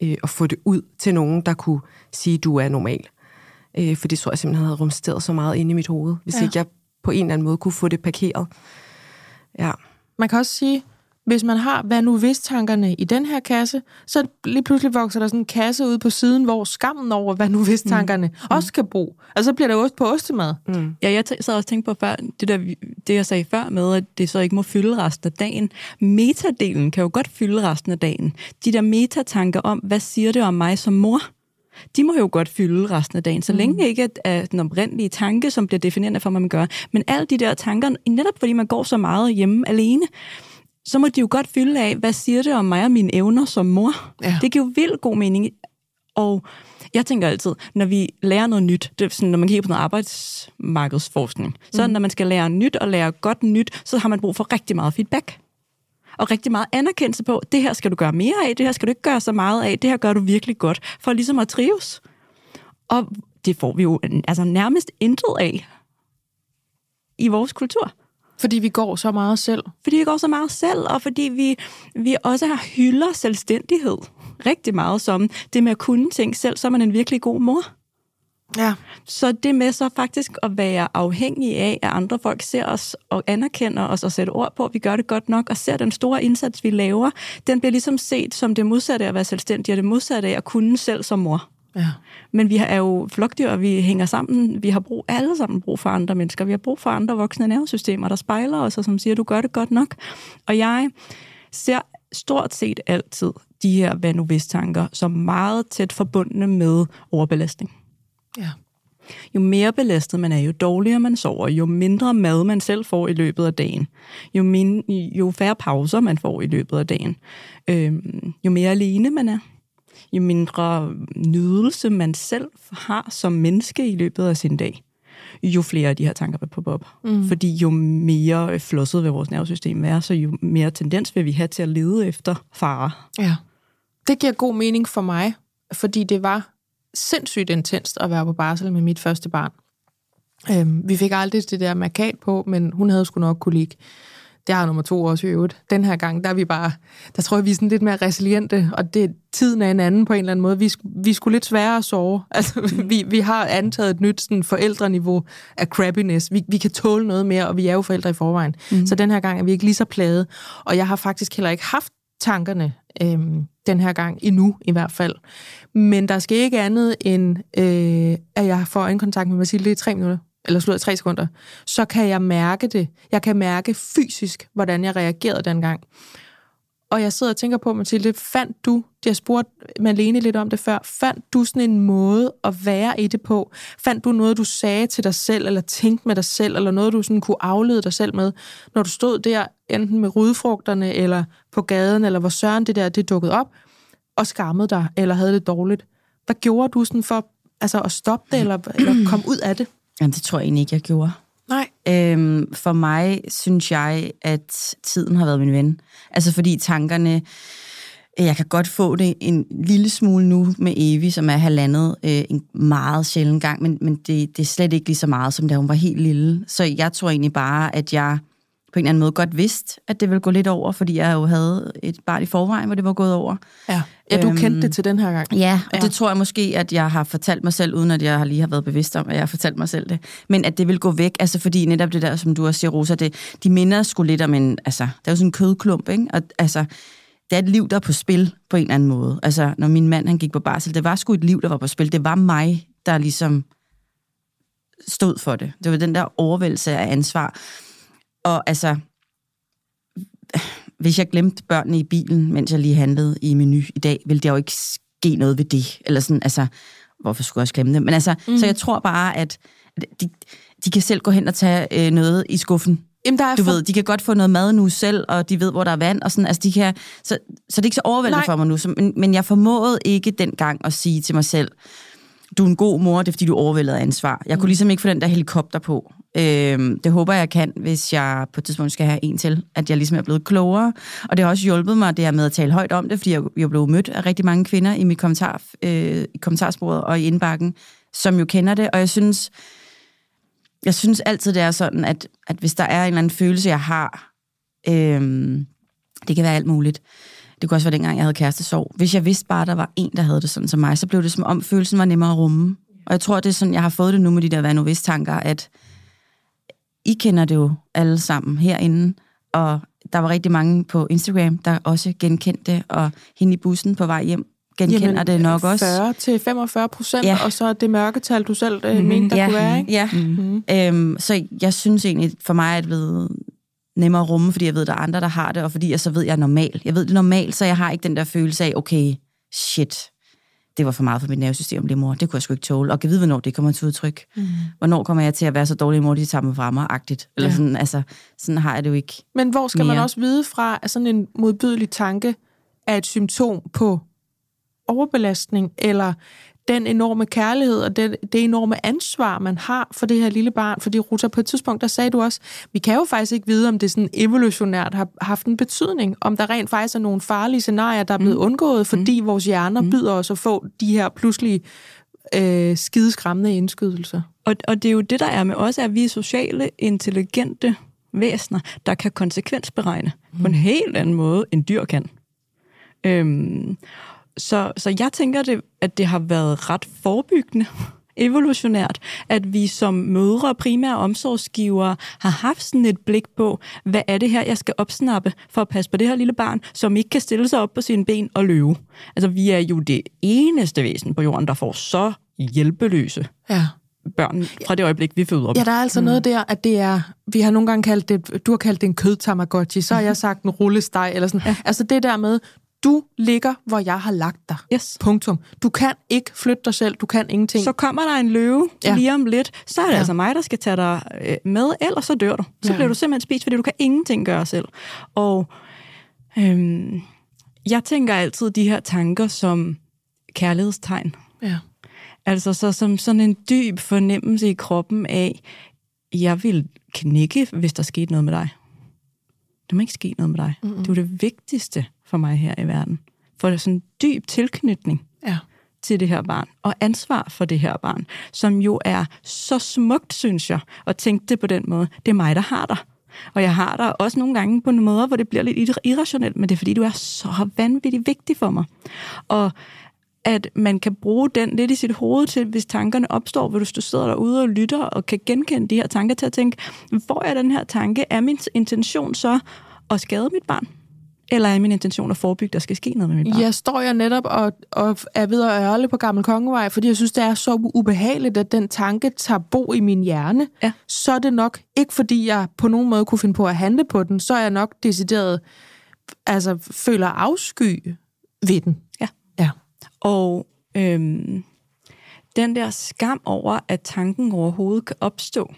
øh, at få det ud til nogen, der kunne sige, du er normal. Øh, for det tror jeg simpelthen havde rumsteret så meget inde i mit hoved, hvis ja. ikke jeg på en eller anden måde kunne få det parkeret. Ja. Man kan også sige, hvis man har hvad nu hvis tankerne i den her kasse, så lige pludselig vokser der sådan en kasse ude på siden, hvor skammen over hvad nu hvis tankerne mm. også kan bo. Altså så bliver der ost på ostemad. Mm. Ja, jeg sad også tænkt på før, det, der, det jeg sagde før med, at det så ikke må fylde resten af dagen. Metadelen kan jo godt fylde resten af dagen. De der metatanker om, hvad siger det om mig som mor? De må jo godt fylde resten af dagen, så længe det ikke er den oprindelige tanke, som bliver definerende for, hvad man gør. Men alle de der tanker, netop fordi man går så meget hjemme alene, så må de jo godt fylde af, hvad siger det om mig og mine evner som mor? Ja. Det giver jo vildt god mening. Og jeg tænker altid, når vi lærer noget nyt, det er sådan, når man kigger på noget arbejdsmarkedsforskning, mm. så når man skal lære nyt og lære godt nyt, så har man brug for rigtig meget feedback. Og rigtig meget anerkendelse på, det her skal du gøre mere af, det her skal du ikke gøre så meget af, det her gør du virkelig godt, for ligesom at trives. Og det får vi jo altså nærmest intet af i vores kultur. Fordi vi går så meget selv. Fordi vi går så meget selv, og fordi vi, vi også har hylder selvstændighed rigtig meget som det med at kunne ting selv, så er man en virkelig god mor. Ja. Så det med så faktisk at være afhængig af, at andre folk ser os og anerkender os og sætter ord på, at vi gør det godt nok, og ser den store indsats, vi laver, den bliver ligesom set som det modsatte af at være selvstændig, og det modsatte af at kunne selv som mor. Ja. Men vi er jo flokdyr, og vi hænger sammen. Vi har brug, alle sammen brug for andre mennesker. Vi har brug for andre voksne nervesystemer, der spejler os, og som siger, du gør det godt nok. Og jeg ser stort set altid de her hvad nu hvis tanker som meget tæt forbundne med overbelastning. Ja. Jo mere belastet man er, jo dårligere man sover, jo mindre mad man selv får i løbet af dagen, jo, min, jo færre pauser man får i løbet af dagen, øhm, jo mere alene man er, jo mindre nydelse man selv har som menneske i løbet af sin dag, jo flere af de her tanker vil poppe op. Mm. Fordi jo mere flosset vil vores nervesystem være, så jo mere tendens vil vi have til at lede efter fare. Ja, det giver god mening for mig, fordi det var sindssygt intenst at være på barsel med mit første barn. Øhm, vi fik aldrig det der markat på, men hun havde sgu nok kunne ligge. Det har nummer to også i øvrigt. Den her gang, der er vi bare, der tror jeg, vi er sådan lidt mere resiliente, og det tiden er en anden på en eller anden måde. Vi, vi skulle lidt sværere at sove. Altså, vi, vi har antaget et nyt sådan, forældreniveau af crappiness. Vi, vi kan tåle noget mere, og vi er jo forældre i forvejen. Mm. Så den her gang er vi ikke lige så plade. Og jeg har faktisk heller ikke haft tankerne øhm, den her gang, endnu i hvert fald. Men der skal ikke andet end, øh, at jeg får øjenkontakt med Mathilde i tre minutter, eller slutter tre sekunder, så kan jeg mærke det. Jeg kan mærke fysisk, hvordan jeg reagerede dengang. Og jeg sidder og tænker på, Mathilde, fandt du, jeg spurgte Malene lidt om det før, fandt du sådan en måde at være i det på? Fandt du noget, du sagde til dig selv, eller tænkte med dig selv, eller noget, du sådan kunne aflede dig selv med, når du stod der, enten med rydefrugterne, eller på gaden, eller hvor søren det der, det dukkede op, og skammede dig, eller havde det dårligt? Hvad gjorde du sådan for altså, at stoppe det, eller, eller komme ud af det? Jamen, det tror jeg egentlig ikke, jeg gjorde. Nej. Øhm, for mig synes jeg, at tiden har været min ven. Altså fordi tankerne, jeg kan godt få det en lille smule nu med Evi, som er halvandet, øh, en meget sjælden gang, men, men det, det er slet ikke lige så meget, som da hun var helt lille. Så jeg tror egentlig bare, at jeg på en eller anden måde godt vidste, at det ville gå lidt over, fordi jeg jo havde et barn i forvejen, hvor det var gået over. Ja, ja du øhm, kendte det til den her gang. Ja, og ja. Det tror jeg måske, at jeg har fortalt mig selv, uden at jeg lige har været bevidst om, at jeg har fortalt mig selv det. Men at det vil gå væk, altså fordi netop det der, som du også siger, Rosa, det, de minder sgu lidt om en, altså, det er jo sådan en kødklump, ikke? Og altså, det er et liv, der er på spil på en eller anden måde. Altså, når min mand, han gik på barsel, det var sgu et liv, der var på spil. Det var mig, der ligesom stod for det. Det var den der overvældelse af ansvar. Og altså, hvis jeg glemte børnene i bilen, mens jeg lige handlede i Menu i dag, ville der jo ikke ske noget ved det. Eller sådan, altså, hvorfor skulle jeg også glemme det? Men altså, mm. så jeg tror bare, at de, de kan selv gå hen og tage øh, noget i skuffen. Jamen, der er du for... ved, de kan godt få noget mad nu selv, og de ved, hvor der er vand, og sådan, altså de kan, så, så det er ikke så overvældende Nej. for mig nu. Så, men, men jeg formåede ikke dengang at sige til mig selv, du er en god mor, det er fordi, du overvældede ansvar. Jeg kunne ligesom ikke få den der helikopter på. Øhm, det håber jeg kan, hvis jeg på et tidspunkt skal have en til, at jeg ligesom er blevet klogere. Og det har også hjulpet mig, det her med at tale højt om det, fordi jeg jo blev mødt af rigtig mange kvinder i mit kommentar, øh, i kommentarsporet og i indbakken, som jo kender det. Og jeg synes, jeg synes altid, det er sådan, at, at hvis der er en eller anden følelse, jeg har, øh, det kan være alt muligt. det kunne også være dengang, jeg havde kærestesorg. Hvis jeg vidste bare, der var en, der havde det sådan som mig, så blev det som om følelsen var nemmere at rumme. Og jeg tror, det er sådan, jeg har fået det nu med de der hvad nu hvis tanker, at I kender det jo alle sammen herinde, og der var rigtig mange på Instagram, der også genkendte det, og hende i bussen på vej hjem genkender Jamen, det nok også. fyrre til femogfyrre procent, ja. Og så det mørketal, du selv mm-hmm. mente, der ja. kunne være, ikke? Ja, mm-hmm. øhm, så jeg synes egentlig, for mig er det blevet nemmere at rumme, fordi jeg ved, der er andre, der har det, og fordi jeg så ved, jeg er normal. Jeg ved det er normalt, så jeg har ikke den der følelse af, okay, shit, det var for meget for mit nervesystem, det mor, det kunne jeg sgu ikke tåle, og kan vide, hvornår det kommer til udtryk. Mm. Hvornår kommer jeg til at være så dårlig mor, de tager mig fra mig-agtigt? Eller ja. sådan, altså, sådan har jeg det jo ikke. Men hvor skal mere. Man også vide fra, at sådan en modbydelig tanke er et symptom på overbelastning, eller den enorme kærlighed og det, det enorme ansvar, man har for det her lille barn? Fordi Ruta, på et tidspunkt, der sagde du også, vi kan jo faktisk ikke vide, om det sådan evolutionært har haft en betydning, om der rent faktisk er nogle farlige scenarier, der er blevet mm. undgået, fordi mm. vores hjerner mm. byder os at få de her pludselige øh, skideskræmmende indskydelser. Og, og det er jo det, der er med os, at vi er sociale, intelligente væsener, der kan konsekvensberegne mm. på en helt anden måde, end dyr kan. Øhm, Så, så jeg tænker, det, at det har været ret forebyggende, evolutionært, at vi som mødre, primære omsorgsgivere, har haft sådan et blik på, hvad er det her, jeg skal opsnappe for at passe på det her lille barn, som ikke kan stille sig op på sine ben og løbe. Altså, vi er jo det eneste væsen på jorden, der får så hjælpeløse ja. børn fra det øjeblik, vi føder op. Ja, der er altså mm. noget der, at det er, vi har nogle gange kaldt det, du har kaldt det en kødtamagotchi, så har jeg sagt en rullesteg, eller sådan. Ja. Altså det der med, du ligger, hvor jeg har lagt dig. Yes. Punktum. Du kan ikke flytte dig selv, du kan ingenting. Så kommer der en løve ja. lige om lidt, så er det ja. altså mig, der skal tage dig med, ellers så dør du. Så ja. bliver du simpelthen spist, fordi du kan ingenting gøre selv. Og øhm, jeg tænker altid de her tanker som kærlighedstegn. Ja. Altså så som sådan en dyb fornemmelse i kroppen af, jeg vil knække, hvis der skete noget med dig. Der må ikke ske noget med dig. Mm-hmm. Det er jo det vigtigste for mig her i verden. For det er sådan en dyb tilknytning ja. til det her barn, og ansvar for det her barn, som jo er så smukt, synes jeg, at tænke det på den måde. Det er mig, der har dig. Og jeg har dig også nogle gange på nogle måder, hvor det bliver lidt irrationelt, men det er fordi, du er så vanvittigt vigtig for mig. Og at man kan bruge den lidt i sit hoved til, hvis tankerne opstår, hvor du sidder derude og lytter og kan genkende de her tanker til at tænke, hvor er den her tanke? Er min intention så at skade mit barn? Eller er min intention at forebygge, der skal ske noget med mit barn? Jeg står jeg netop og, og er ved at ørle på Gammel Kongevej, fordi jeg synes, det er så ubehageligt, at den tanke tager bo i min hjerne. Ja. Så er det nok ikke, fordi jeg på nogen måde kunne finde på at handle på den, så er jeg nok decideret, altså føler afsky ved den. Ja. Ja. Og øhm, den der skam over, at tanken overhovedet kan opstå,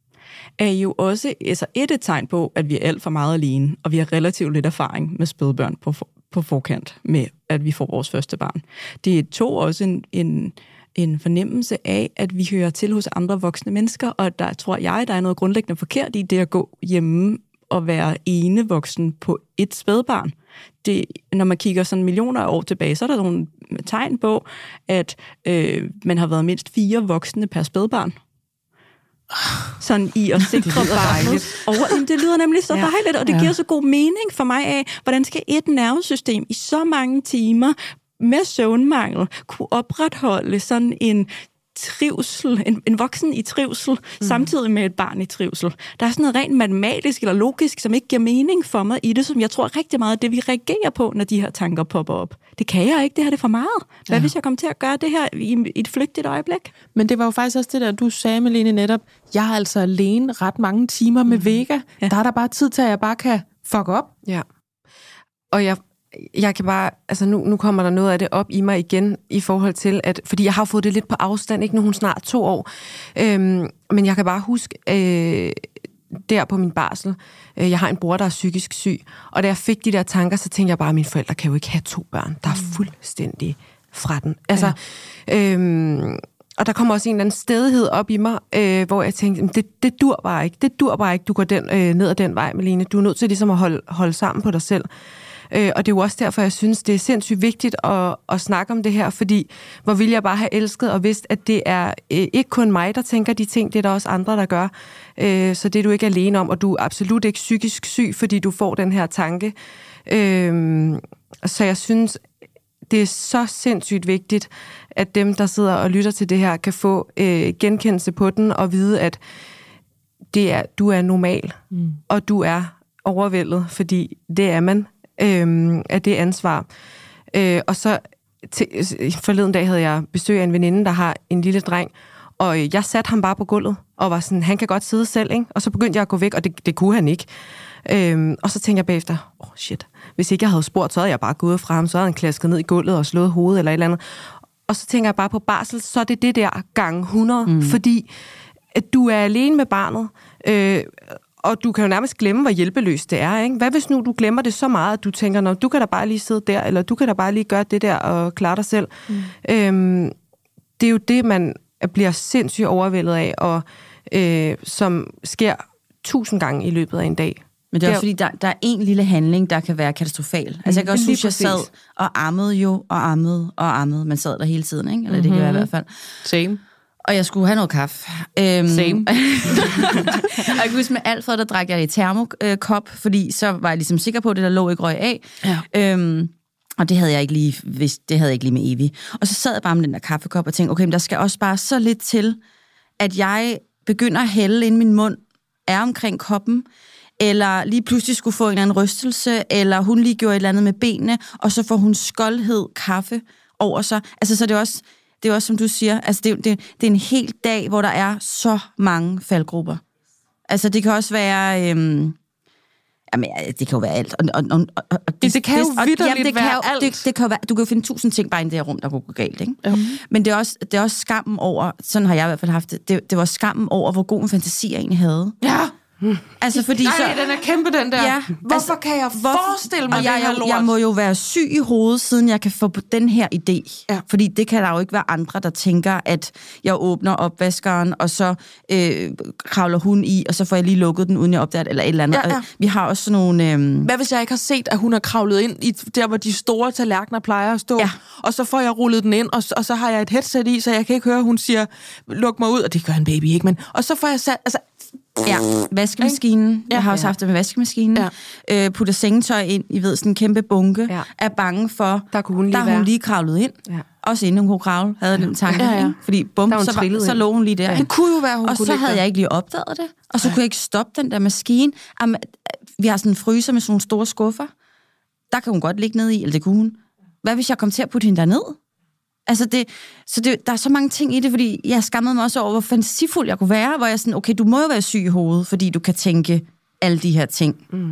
er jo også altså et, et tegn på, at vi er alt for meget alene, og vi har relativt lidt erfaring med spædbørn på, for, på forkant med, at vi får vores første barn. Det er to også en, en, en fornemmelse af, at vi hører til hos andre voksne mennesker, og der tror jeg, der er noget grundlæggende forkert i det at gå hjemme og være ene voksen på et spædbarn. Det, når man kigger sådan millioner af år tilbage, så er der nogle tegn på, at øh, man har været mindst fire voksne per spædbarn. Sådan i at sikre barnet. Over, det lyder nemlig så dejligt, og det ja. giver så god mening for mig af, hvordan skal et nervesystem i så mange timer med søvnmangel kunne opretholde sådan en trivsel, en, en voksen i trivsel, mm. samtidig med et barn i trivsel. Der er sådan noget rent matematisk eller logisk, som ikke giver mening for mig i det, som jeg tror rigtig meget, det vi reagerer på, når de her tanker popper op. Det kan jeg ikke, det her det er for meget. Hvad ja. hvis jeg kommer til at gøre det her i, i et flygtigt øjeblik? Men det var jo faktisk også det der, du sagde, Malene, netop, jeg har altså alene ret mange timer med mm. Vega. Ja. Der er der bare tid til, at jeg bare kan fuck op. Ja. Og jeg Jeg kan bare, altså nu, nu kommer der noget af det op i mig igen, i forhold til, at, fordi jeg har fået det lidt på afstand, ikke nu hun snart to år, øhm, men jeg kan bare huske, øh, der på min barsel, øh, jeg har en bror, der er psykisk syg, og da jeg fik de der tanker, så tænkte jeg bare, at mine forældre kan jo ikke have to børn, der er fuldstændig fra den. Altså, ja. øhm, og der kommer også en eller anden stedighed op i mig, øh, hvor jeg tænkte, det, det dur bare ikke, det dur bare ikke, du går den, øh, ned ad den vej, Malene, du er nødt til ligesom at holde, holde sammen på dig selv. Øh, og det er jo også derfor, jeg synes, det er sindssygt vigtigt at, at snakke om det her, fordi hvor ville jeg bare have elsket og vidst, at det er øh, ikke kun mig, der tænker de ting, det er der også andre, der gør. Øh, så det er du ikke alene om, og du er absolut ikke psykisk syg, fordi du får den her tanke. Øhm, så jeg synes, det er så sindssygt vigtigt, at dem, der sidder og lytter til det her, kan få øh, genkendelse på den og vide, at det er, du er normal, mm. og du er overvældet, fordi det er man, øh, af det ansvar. Øh, og så til, forleden dag havde jeg besøg af en veninde, der har en lille dreng, og jeg satte ham bare på gulvet, og var sådan, han kan godt sidde selv, ikke? Og så begyndte jeg at gå væk, og det, det kunne han ikke. Øhm, og så tænkte jeg bagefter, åh oh, shit, hvis ikke jeg havde spurgt, så havde jeg bare gået fra ham, så havde han klasket ned i gulvet og slået hovedet eller et eller andet. Og så tænker jeg bare på barsel, så er det det der gang hundrede, mm. fordi at du er alene med barnet, øh, og du kan jo nærmest glemme, hvor hjælpeløst det er, ikke? Hvad hvis nu du glemmer det så meget, at du tænker, nå, du kan da bare lige sidde der, eller du kan da bare lige gøre det der og klare dig selv. Mm. Øhm, det er jo det, man bliver sindssygt overvældet af, og øh, som sker tusind gange i løbet af en dag. Men det er også fordi, der, der er en lille handling, der kan være katastrofal. Altså jeg kan også huske, jeg sad og ammede jo, og ammede, og ammede. Man sad der hele tiden, ikke? Eller mm-hmm. det kan være i hvert fald. Same. Og jeg skulle have noget kaffe. Øhm, Same. og jeg kan huske, med Alfred, der drak jeg det i termokop, fordi så var jeg ligesom sikker på, at det der lå ikke røg af. Ja. Øhm, og det havde jeg ikke lige vidst, det havde jeg ikke lige med Evie. Og så sad jeg bare med den der kaffekop og tænkte, okay, men der skal også bare så lidt til, at jeg begynder at hælde ind min mund, er omkring koppen, eller lige pludselig skulle få en eller anden rystelse, eller hun lige gjorde et eller andet med benene, og så får hun skoldhed kaffe over sig. Altså, så det er også, det er også som du siger, altså, det, det, det er en hel dag, hvor der er så mange faldgrupper. Altså, det kan også være... Øhm, jamen, det kan jo være alt. Og, og, og, og, og det, det kan jo vitterligt være jo, alt. Det, det kan jo være, du kan jo finde tusind ting bare i det her rum, der kunne gå galt, ikke? Mm. Men det er, også, det er også skammen over, sådan har jeg i hvert fald haft det, det, det var skammen over, hvor god en fantasi jeg egentlig havde. Ja. Hmm. Altså, fordi Nej, så, den er kæmpe, den der. Ja, hvorfor altså, kan jeg forestille mig jeg, det her lort? Jeg må jo være syg i hovedet, siden jeg kan få på den her idé. Ja. Fordi det kan der jo ikke være andre, der tænker, at jeg åbner opvaskeren, og så øh, kravler hun i, og så får jeg lige lukket den, uden jeg opdager det, eller et eller andet. Ja, ja. Vi har også sådan nogle... Øh... Hvad hvis jeg ikke har set, at hun har kravlet ind i der, hvor de store tallerkener plejer at stå, ja. Og så får jeg rullet den ind, og, og så har jeg et headset i, så jeg kan ikke høre, hun siger, luk mig ud, og det gør en baby ikke, men... Og så får jeg sat... Altså, ja, vaskemaskinen. Ja, jeg har også ja. haft det med vaskemaskinen. Ja. Øh, putter sengetøj ind, I ved, sådan en kæmpe bunke. Ja. Er bange for, der kunne hun lige, der hun lige kravlet ind. Ja. Også inden hun kunne kravle, havde ja. den tanke. Ja, ja. Fordi bum, så, var, så lå hun lige der. Ja. Det kunne jo være, hun og kunne så havde der. Jeg ikke lige opdaget det. Og så ja. kunne jeg ikke stoppe den der maskine. Jamen, vi har sådan en fryser med sådan nogle store skuffer. Der kan hun godt ligge ned i, eller det kunne hun. Hvad hvis jeg kom til at putte hende derned? Altså det, så det, der er så mange ting i det, fordi jeg skammede mig også over, hvor fantasifuld jeg kunne være, hvor jeg sådan, okay, du må jo være syg i hovedet, fordi du kan tænke alle de her ting. Mm.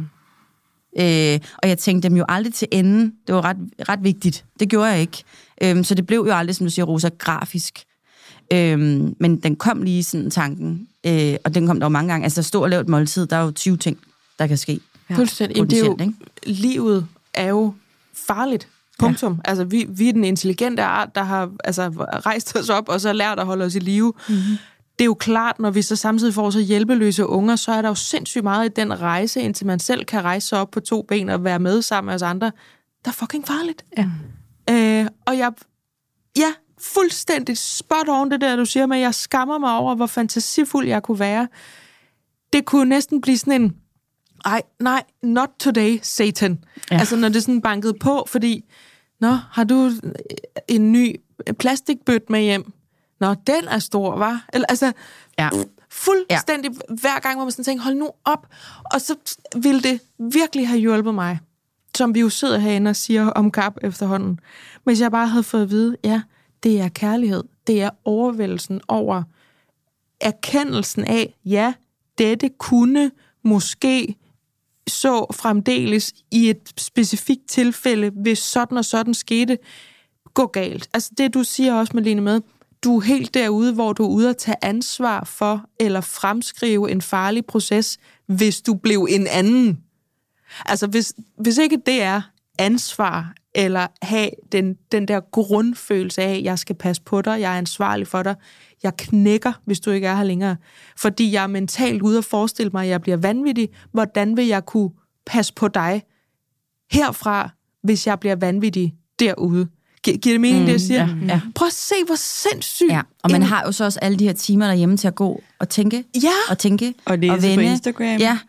Øh, og jeg tænkte dem jo aldrig til enden. Det var ret, ret vigtigt. Det gjorde jeg ikke. Øhm, så det blev jo aldrig, som du siger, Rosa, grafisk. Øhm, men den kom lige sådan tanken, øh, og den kom der jo mange gange. Altså at stå og lave et måltid, der er jo tyve ting, der kan ske. Ja. Fuldstændig. Det er jo, livet er jo farligt. Punktum. Ja. Altså, vi, vi er den intelligente art, der har altså, rejst os op, og så lært at holde os i live. Mm-hmm. Det er jo klart, når vi så samtidig får så hjælpeløse unger, så er der jo sindssygt meget i den rejse, indtil man selv kan rejse sig op på to ben og være med sammen med os andre. Der er fucking farligt. Ja. Øh, og jeg... Ja, fuldstændig spot on det der, du siger, men jeg skammer mig over, hvor fantasifuld jeg kunne være. Det kunne næsten blive sådan en... Ej, nej, not today, Satan. Ja. Altså, når det sådan bankede på, fordi, nå, har du en ny plastikbøtte med hjem? Nå, den er stor, hva'? Eller, altså, ja. fuldstændig ja. hver gang, hvor man sådan tænker, hold nu op. Og så ville det virkelig have hjulpet mig, som vi jo sidder herinde og siger om kap efterhånden. Hvis jeg bare havde fået at vide, ja, det er kærlighed. Det er overvældelsen over erkendelsen af, ja, dette kunne måske så fremdeles i et specifikt tilfælde, hvis sådan og sådan skete, gå galt. Altså det, du siger også, Malene, med, du er helt derude, hvor du er ude at tage ansvar for, eller fremskrive en farlig proces, hvis du blev en anden. Altså hvis, hvis ikke det er ansvar, eller have den, den der grundfølelse af, jeg skal passe på dig, jeg er ansvarlig for dig, jeg knækker, hvis du ikke er her længere. Fordi jeg er mentalt ude at forestille mig, at jeg bliver vanvittig. Hvordan vil jeg kunne passe på dig herfra, hvis jeg bliver vanvittig derude? Gi- giver det mening, mm, det jeg siger? Ja, ja. Prøv at se, hvor sindssygt. Ja, og man en... har jo så også alle de her timer derhjemme til at gå og tænke. Ja. Og tænke. Og læse og vende. På Instagram. Ja,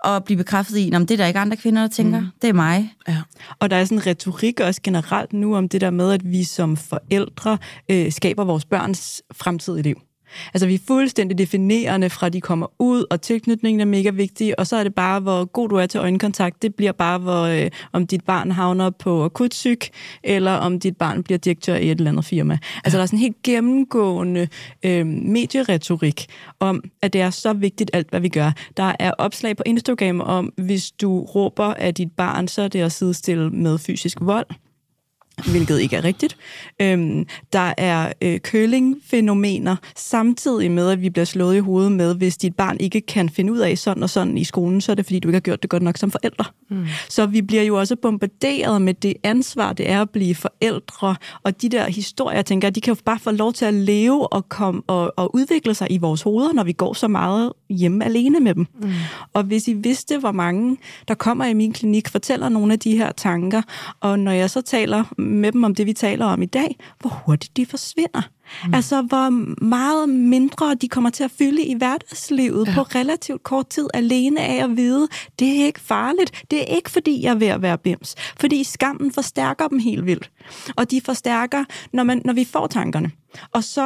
og blive bekræftet i, at det er der ikke andre kvinder, der tænker, mm. det er mig. Ja. Og der er sådan en retorik også generelt nu om det der med, at vi som forældre øh, skaber vores børns fremtidige liv. Altså, vi er fuldstændig definerende fra, de kommer ud, og tilknytningen er mega vigtig, og så er det bare, hvor god du er til øjenkontakt. Det bliver bare, hvor, øh, om dit barn havner på akutsyg, eller om dit barn bliver direktør i et eller andet firma. Altså, der er sådan en helt gennemgående øh, medieretorik om, at det er så vigtigt alt, hvad vi gør. Der er opslag på Instagram om, hvis du råber af dit barn, så er det at sidestille med fysisk vold, hvilket ikke er rigtigt. Øhm, der er øh, curling-fænomener, samtidig med, at vi bliver slået i hovedet med, hvis dit barn ikke kan finde ud af sådan og sådan i skolen, så er det, fordi du ikke har gjort det godt nok som forældre. Mm. Så vi bliver jo også bombarderet med det ansvar, det er at blive forældre, og de der historier, jeg tænker, de kan jo bare få lov til at leve og, komme, og, og udvikle sig i vores hoveder, når vi går så meget hjemme alene med dem. Mm. Og hvis I vidste, hvor mange, der kommer i min klinik, fortæller nogle af de her tanker, og når jeg så taler med dem om det, vi taler om i dag, hvor hurtigt de forsvinder. Mm. Altså, hvor meget mindre de kommer til at fylde i hverdagslivet ja. På relativt kort tid, alene af at vide, det er ikke farligt. Det er ikke, fordi jeg er ved at være bims. Fordi skammen forstærker dem helt vildt. Og de forstærker, når, man, når vi får tankerne. Og så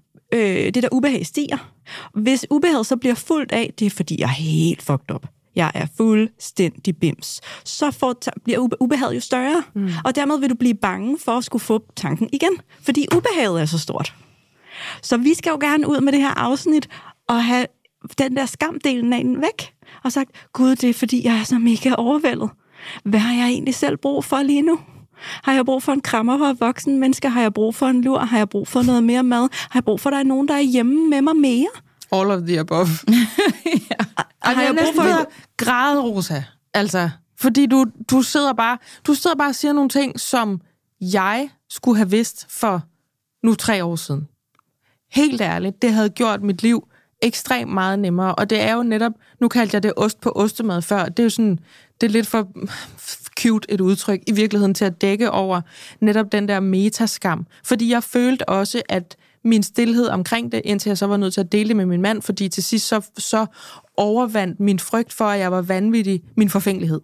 øh, det der ubehag stiger. Hvis ubehaget så bliver fuldt af, det er, fordi jeg er helt fucked up. Jeg er fuldstændig bims. Så får, bliver ube, ubehaget jo større, mm. og dermed vil du blive bange for at skulle få tanken igen, fordi ubehaget er så stort. Så vi skal jo gerne ud med det her afsnit og have den der skamdelen af den væk, og sagt, gud, det er fordi, jeg er så mega overvældet. Hvad har jeg egentlig selv brug for lige nu? Har jeg brug for en krammer fra voksen mennesker? Har jeg brug for en lur? Har jeg brug for noget mere mad? Har jeg brug for, at der er nogen, der er hjemme med mig mere? All of the above. ja. Har jeg brug for at græde, Rosa? Altså, fordi du, du sidder bare du sidder bare og siger nogle ting, som jeg skulle have vidst for nu tre år siden. Helt ærligt, det havde gjort mit liv ekstremt meget nemmere, og det er jo netop, nu kaldte jeg det ost på ostemad før, det er jo sådan, det er lidt for cute et udtryk i virkeligheden til at dække over netop den der metaskam, fordi jeg følte også, at min stilhed omkring det, indtil jeg så var nødt til at dele det med min mand, fordi til sidst så, så overvandt min frygt for, at jeg var vanvittig, min forfængelighed.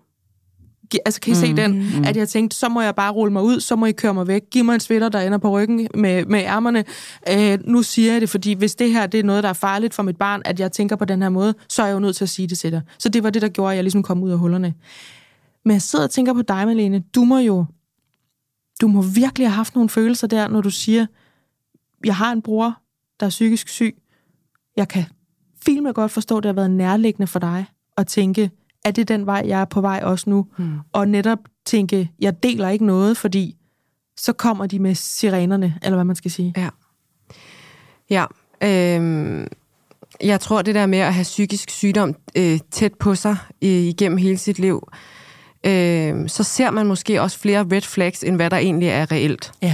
Altså, kan I mm, se den? Mm. At jeg tænkte, så må jeg bare rulle mig ud, så må I køre mig væk, giv mig en sweater, der ender på ryggen med, med ærmerne. Øh, nu siger jeg det, fordi hvis det her det er noget, der er farligt for mit barn, at jeg tænker på den her måde, så er jeg jo nødt til at sige det til dig. Så det var det, der gjorde, at jeg ligesom kom ud af hullerne. Men jeg sidder og tænker på dig, Malene. Du må jo, du må virkelig have haft nogle følelser der, når du siger, jeg har en bror, der er psykisk syg. Jeg kan filme godt forstå, at det har været nærliggende for dig at tænke, er det den vej, jeg er på vej også nu? Hmm. Og netop tænke, jeg deler ikke noget, fordi så kommer de med sirenerne, eller hvad man skal sige. Ja. Ja. Øh, jeg tror, det der med at have psykisk sygdom øh, tæt på sig øh, igennem hele sit liv, øh, så ser man måske også flere red flags, end hvad der egentlig er reelt. Ja.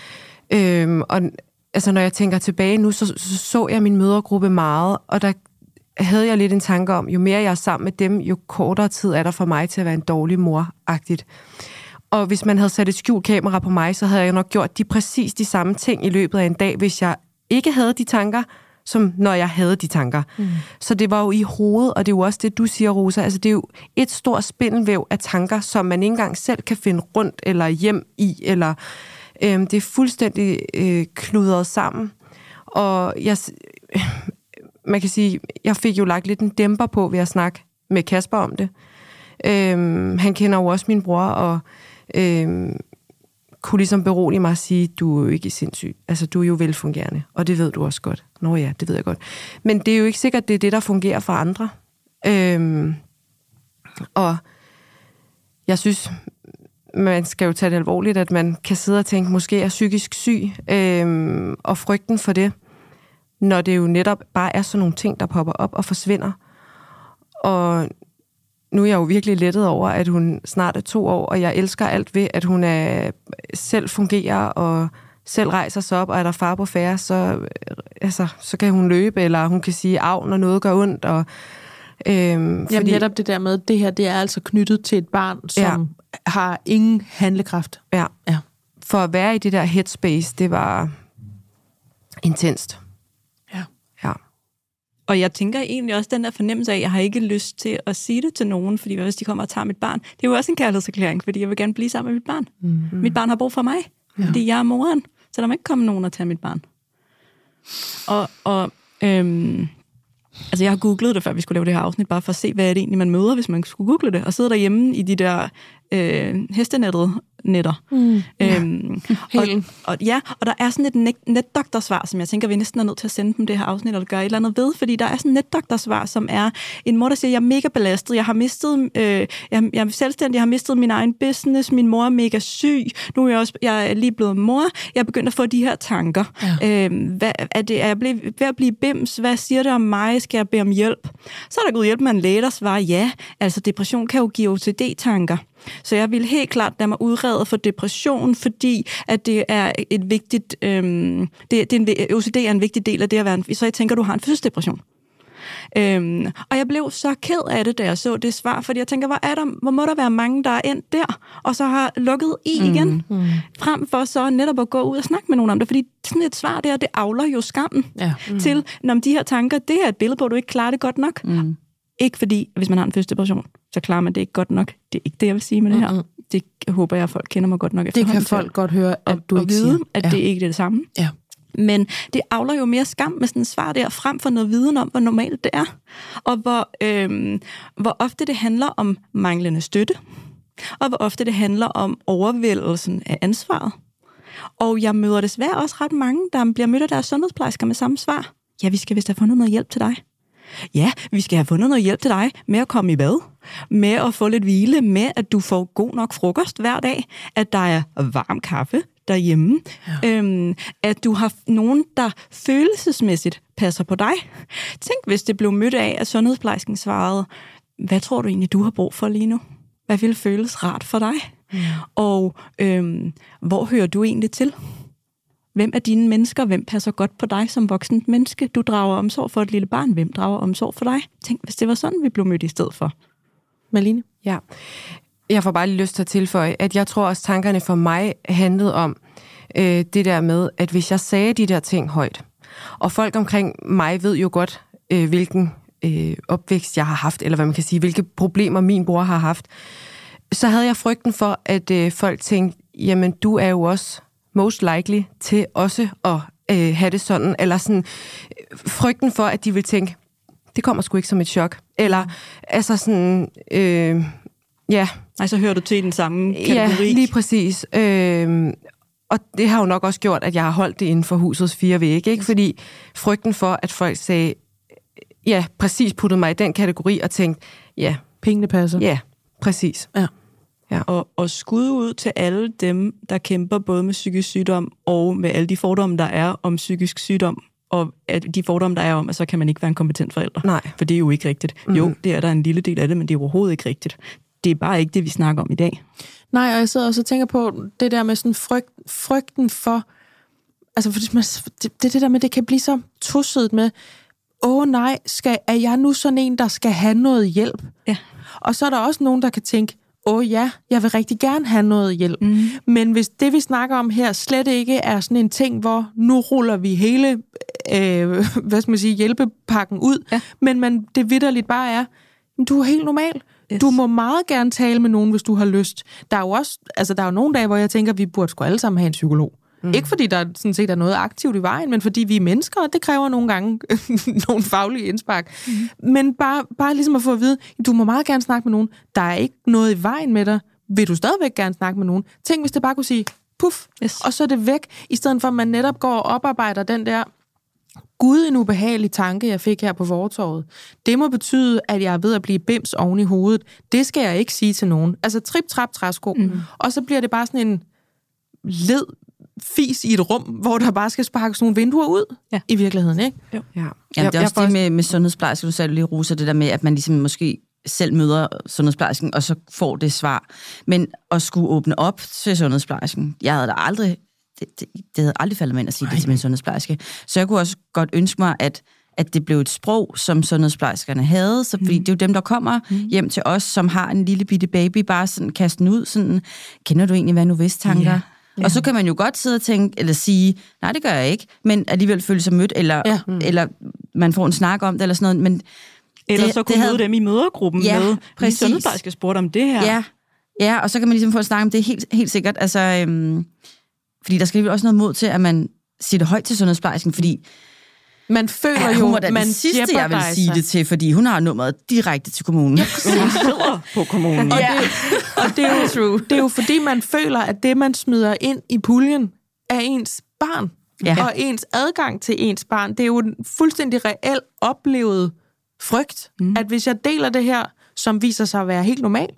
Øh, og altså, når jeg tænker tilbage nu, så, så så jeg min mødregruppe meget, og der havde jeg lidt en tanke om, jo mere jeg er sammen med dem, jo kortere tid er der for mig til at være en dårlig mor-agtigt. Og hvis man havde sat et skjult kamera på mig, så havde jeg nok gjort de præcis de samme ting i løbet af en dag, hvis jeg ikke havde de tanker, som når jeg havde de tanker. Mm. Så det var jo i hovedet, og det er jo også det, du siger, Rosa. Altså, det er jo et stort spindelvæv af tanker, som man ikke engang selv kan finde rundt eller hjem i, eller øh, det er fuldstændig øh, kludret sammen. Og jeg... Øh, man kan sige, jeg fik jo lagt lidt en dæmper på ved at snakke med Kasper om det. Øhm, han kender jo også min bror, og øhm, kunne ligesom berolige mig og sige, du er jo ikke sindssyg. Altså, du er jo velfungerende, og det ved du også godt. Nå ja, det ved jeg godt. Men det er jo ikke sikkert, det er det, der fungerer for andre. Øhm, og jeg synes, man skal jo tage det alvorligt, at man kan sidde og tænke, måske er psykisk syg, øhm, og frygten for det, når det jo netop bare er sådan nogle ting, der popper op og forsvinder. Og nu er jeg jo virkelig lettet over, at hun snart er to år, og jeg elsker alt ved, at hun er, selv fungerer og selv rejser sig op, og er der far på færre, så, altså, så kan hun løbe, eller hun kan sige af, når noget gør ondt. Og, øhm, fordi, Jamen netop det der med, det her, det er altså knyttet til et barn, som ja. har ingen handlekraft. Ja. ja. For at være i det der headspace, det var intenst. Ja. Ja. og jeg tænker egentlig også den der fornemmelse af, at jeg har ikke lyst til at sige det til nogen, fordi hvad hvis de kommer og tager mit barn? Det er jo også en kærlighedserklæring, fordi jeg vil gerne blive sammen med mit barn. Mm-hmm. Mit barn har brug for mig, ja. Fordi jeg er moren, så der må ikke komme nogen og tage mit barn. Og, og øhm, altså jeg har googlet det, før vi skulle lave det her afsnit, bare for at se, hvad er det egentlig, man møder, hvis man skulle google det, og sidde derhjemme i de der øh, hestenettet netter. Mm, øhm, ja. og, og, ja, og der er sådan et net, netdoktorsvar, som jeg tænker, vi næsten er nødt til at sende dem det her afsnit, eller gøre et eller andet ved, fordi der er sådan et netdoktorsvar, som er en mor, der siger, jeg er mega belastet, jeg har mistet, øh, jeg, jeg er selvstændig, jeg har mistet min egen business, min mor er mega syg, nu er jeg også, jeg er lige blevet mor, jeg er begyndt at få de her tanker. Ja. Øhm, hvad, er, det, er jeg blevet, ved at blive bims? Hvad siger det om mig? Skal jeg bede om hjælp? Så er der gået hjælp med en læge, der svarer, ja, altså depression kan jo give O C D-tanker. Så jeg vil helt klart lade mig udrede for depression, fordi at det er et vigtigt, øhm, det, det er en, O C D er en vigtig del af det at være en, så jeg tænker, du har en fødselsdepression. Øhm, og jeg blev så ked af det, da jeg så det svar, fordi jeg tænker, hvor, er der, hvor må der være mange, der er endt der, og så har lukket i igen, mm, mm. frem for så netop at gå ud og snakke med nogen om det, fordi sådan et svar der, det avler jo skammen ja. mm. til, når de her tanker, det er et billede på, at du ikke klarer det godt nok. Mm. Ikke fordi, hvis man har en fødselsdepression, så klarer man det ikke godt nok. Det er ikke det, jeg vil sige med det her. Mm-hmm. Det håber jeg, at folk kender mig godt nok efterhånden. Det kan folk godt høre, at og, du og ikke vide, siger. at Ja. det ikke er det samme. Ja. Men det avler jo mere skam med sådan et svar der, frem for noget viden om, hvor normalt det er. Og hvor, øhm, hvor ofte det handler om manglende støtte. Og hvor ofte det handler om overvældelsen af ansvaret. Og jeg møder desværre også ret mange, der bliver mødt af deres sundhedsplejersker med samme svar. Ja, vi skal vist have fundet noget hjælp til dig. Ja, vi skal have fundet noget hjælp til dig med at komme i bad, med at få lidt hvile, med at du får god nok frokost hver dag, at der er varm kaffe derhjemme, ja. øhm, at du har nogen, der følelsesmæssigt passer på dig. Tænk, hvis det blev mødt af, at sundhedsplejersken svarede, hvad tror du egentlig, du har brug for lige nu? Hvad vil føles rart for dig? Ja. Og øhm, hvor hører du egentlig til? Hvem er dine mennesker? Hvem passer godt på dig som voksent menneske? Du drager omsorg for et lille barn. Hvem drager omsorg for dig? Tænk, hvis det var sådan, vi blev mødt i stedet for. Malene? Ja. Jeg får bare lige lyst til at tilføje, at jeg tror også, tankerne for mig handlede om øh, det der med, at hvis jeg sagde de der ting højt, og folk omkring mig ved jo godt, øh, hvilken øh, opvækst jeg har haft, eller hvad man kan sige, hvilke problemer min bror har haft, så havde jeg frygten for, at øh, folk tænkte, jamen du er jo også most likely til også at øh, have det sådan, eller sådan øh, frygten for, at de vil tænke, det kommer sgu ikke som et chok, eller altså sådan, øh, ja. Nej, så hører du til den samme kategori. Ja, lige præcis. Øh, og det har jo nok også gjort, at jeg har holdt det inden for husets fire vægge, ikke? Fordi frygten for, at folk sagde, ja, præcis puttede mig i den kategori, og tænkte, ja. Pengene passer. Ja, præcis. Ja. Ja. Og, og skud ud til alle dem, der kæmper både med psykisk sygdom og med alle de fordomme, der er om psykisk sygdom, og at de fordomme, der er om, at så kan man ikke være en kompetent forælder. Nej. For det er jo ikke rigtigt. Mm. Jo, det er der en lille del af det, men det er overhovedet ikke rigtigt. Det er bare ikke det, vi snakker om i dag. Nej, og jeg sidder også og tænker på det der med sådan frygt, frygten for, altså for det, det, det der med, det kan blive så tusset med, åh nej, skal, er jeg nu sådan en, der skal have noget hjælp? Ja. Og så er der også nogen, der kan tænke, åh ja, jeg vil rigtig gerne have noget hjælp. Mm. Men hvis det, vi snakker om her, slet ikke er sådan en ting, hvor nu ruller vi hele øh, hvad skal man sige, hjælpepakken ud, ja. Men man, det vitterligt bare er, du er helt normal. Yes. Du må meget gerne tale med nogen, hvis du har lyst. Der er jo også, altså der er jo nogle dage, hvor jeg tænker, at vi burde sgu alle sammen have en psykolog. Mm. Ikke fordi der sådan set er noget aktivt i vejen, men fordi vi er mennesker, og det kræver nogle gange nogle faglige indspark. Mm. Men bare, bare ligesom at få at vide, du må meget gerne snakke med nogen. Der er ikke noget i vejen med dig. Vil du stadigvæk gerne snakke med nogen? Tænk, hvis det bare kunne sige, puff, yes. Og så er det væk, i stedet for at man netop går og oparbejder den der, gud, en ubehagelig tanke, jeg fik her på fortorvet. Det må betyde, at jeg er ved at blive bims oven i hovedet. Det skal jeg ikke sige til nogen. Altså trip, trap, træsko. Mm. Og så bliver det bare sådan en led fis i et rum, hvor der bare skal sparkes nogle vinduer ud, ja. I virkeligheden, ikke? Jo. Ja. Jamen, det er også det med, med sundhedsplejersken, du sagde lige, Rosa, det der med, at man ligesom måske selv møder sundhedsplejersken, og så får det svar. Men at skulle åbne op til sundhedsplejersken, jeg havde da aldrig, det, det, det havde aldrig faldet mig ind at sige Ej. det til min sundhedsplejerske. Så jeg kunne også godt ønske mig, at at det blev et sprog, som sundhedsplejerskerne havde, så, fordi mm. det er jo dem, der kommer mm. hjem til os, som har en lille bitte baby, bare sådan kaste den ud, sådan, kender du egentlig, hvad nu hvis tanker? Yeah. Ja. Og så kan man jo godt sidde og tænke, eller sige, nej, det gør jeg ikke, men alligevel føle sig mødt, eller, ja. mm. eller man får en snak om det, eller sådan noget. Men eller det, så kunne møde havde... dem i mødergruppen ja, med, præcis. Sundhedsplejerske spurgte om det her. Ja. ja, og så kan man ligesom få en snak om det helt, helt sikkert. Altså, øhm, fordi der skal jo også noget mod til, at man siger det højt til sundhedsplejersken, fordi man føler ja, jo, hun var da man det sidste, jeg vil sige det til, fordi hun har nummeret direkte til kommunen. Ja, hun sidder på kommunen. Og, det, og det, er jo, True. det er jo fordi, man føler, at det, man smider ind i puljen, er ens barn. Ja. Og ens adgang til ens barn. Det er jo en fuldstændig reelt oplevet frygt, mm. at hvis jeg deler det her, som viser sig at være helt normalt,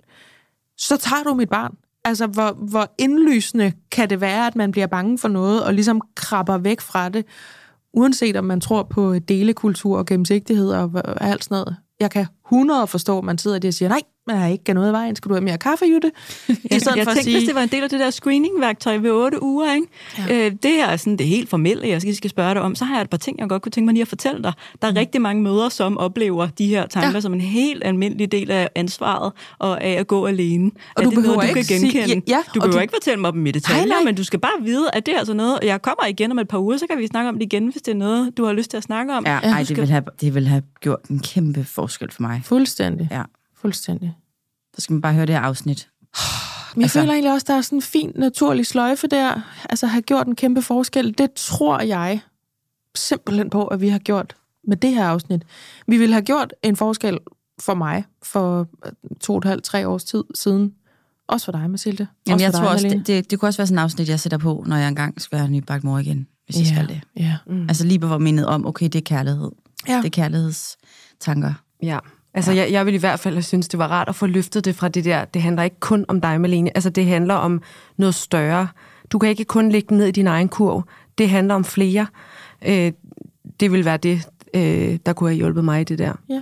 så tager du mit barn. Altså, hvor, hvor indlysende kan det være, at man bliver bange for noget, og ligesom krabber væk fra det, uanset om man tror på delekultur og gennemsigtighed og, og alt sådan noget. Jeg kan hundrede forstå, at man sidder der og siger, nej, men jeg har ikke noget i vejen, skal du have mere kaffe, Jytte? Jeg, jeg tænkte, sige... hvis det var en del af det der screening-værktøj ved otte uger, ikke? Ja. Øh, det er sådan det helt formelle, jeg skal, skal spørge dig om. Så har jeg et par ting, jeg godt kunne tænke mig lige at fortælle dig. Der er mm. rigtig mange mødre, som oplever de her tanker ja. som en helt almindelig del af ansvaret og af at gå alene. Og er du det behøver noget, du ikke kan genkende? Sige, ja, ja, du behøver du... ikke fortælle mig om i detaljer, nej, nej. men du skal bare vide, at det er altså noget, jeg kommer igen om et par uger, så kan vi snakke om det igen, hvis det er noget, du har lyst til at snakke om. Ja, ja, ej, skal... det, vil have, det vil have gjort en kæmpe forskel for mig. Fuldstændig. Ja. Fuldstændig. Så skal man bare høre det her afsnit. Men jeg altså... føler egentlig også, der er sådan en fin, naturlig sløjfe der. Altså, har gjort en kæmpe forskel. Det tror jeg simpelthen på, at vi har gjort med det her afsnit. Vi ville have gjort en forskel for mig for to og et halvt, tre års tid siden. Også for dig, Mathilde. Jamen, jeg dig, tror også, det, det, det kunne også være sådan en afsnit, jeg sætter på, når jeg engang skal være nybagt mor igen, hvis jeg ja, skal det. Ja. Mm. Altså lige på mindet om, okay, det er kærlighed. Ja. Det er kærlighedstanker. Ja. Altså, ja. jeg, jeg vil i hvert fald synes, det var rart at få løftet det fra det der. Det handler ikke kun om dig, Malene. Altså, det handler om noget større. Du kan ikke kun lægge den ned i din egen kurv. Det handler om flere. Øh, det vil være det, øh, der kunne have hjulpet mig i det der. Ja.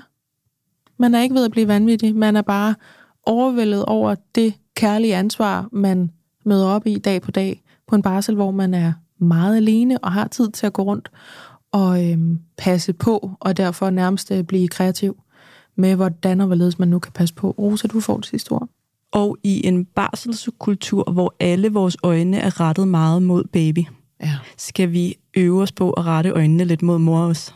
Man er ikke ved at blive vanvittig. Man er bare overvældet over det kærlige ansvar, man møder op i dag på dag på en barsel, hvor man er meget alene og har tid til at gå rundt og øhm, passe på, og derfor nærmest blive kreativ med, hvordan og hvorledes man nu kan passe på. Rosa, du får det sidste ord. Og i en barselskultur, hvor alle vores øjne er rettet meget mod baby, ja. skal vi øve os på at rette øjnene lidt mod mor også.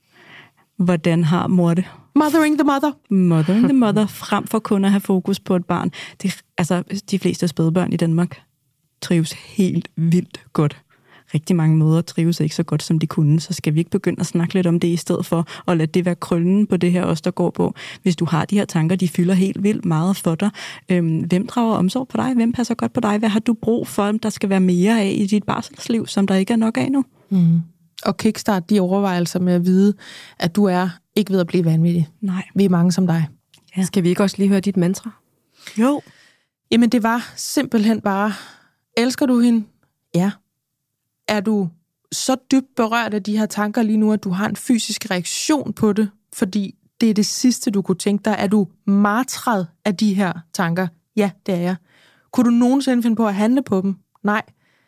Hvordan har mor det? Mothering the mother. Mothering the mother, frem for kun at have fokus på et barn. Det, altså, de fleste spædbørn i Danmark trives helt vildt godt. Rigtig mange mødre trives ikke så godt, som de kunne, så skal vi ikke begynde at snakke lidt om det i stedet for, og lade det være krøllen på det her også, der går på. Hvis du har de her tanker, de fylder helt vildt meget for dig. Øhm, hvem drager omsorg på dig? Hvem passer godt på dig? Hvad har du brug for, der skal være mere af i dit barselsliv, som der ikke er nok af nu? Mm. Og kickstart de overvejelser med at vide, at du er ikke ved at blive vanvittig. Nej. Vi er mange som dig. Ja. Skal vi ikke også lige høre dit mantra? Jo. Jamen, det var simpelthen bare, elsker du hende? Ja. Er du så dybt berørt af de her tanker lige nu, at du har en fysisk reaktion på det, fordi det er det sidste, du kunne tænke dig? Er du martret af de her tanker? Ja, det er jeg. Kunne du nogensinde finde på at handle på dem? Nej.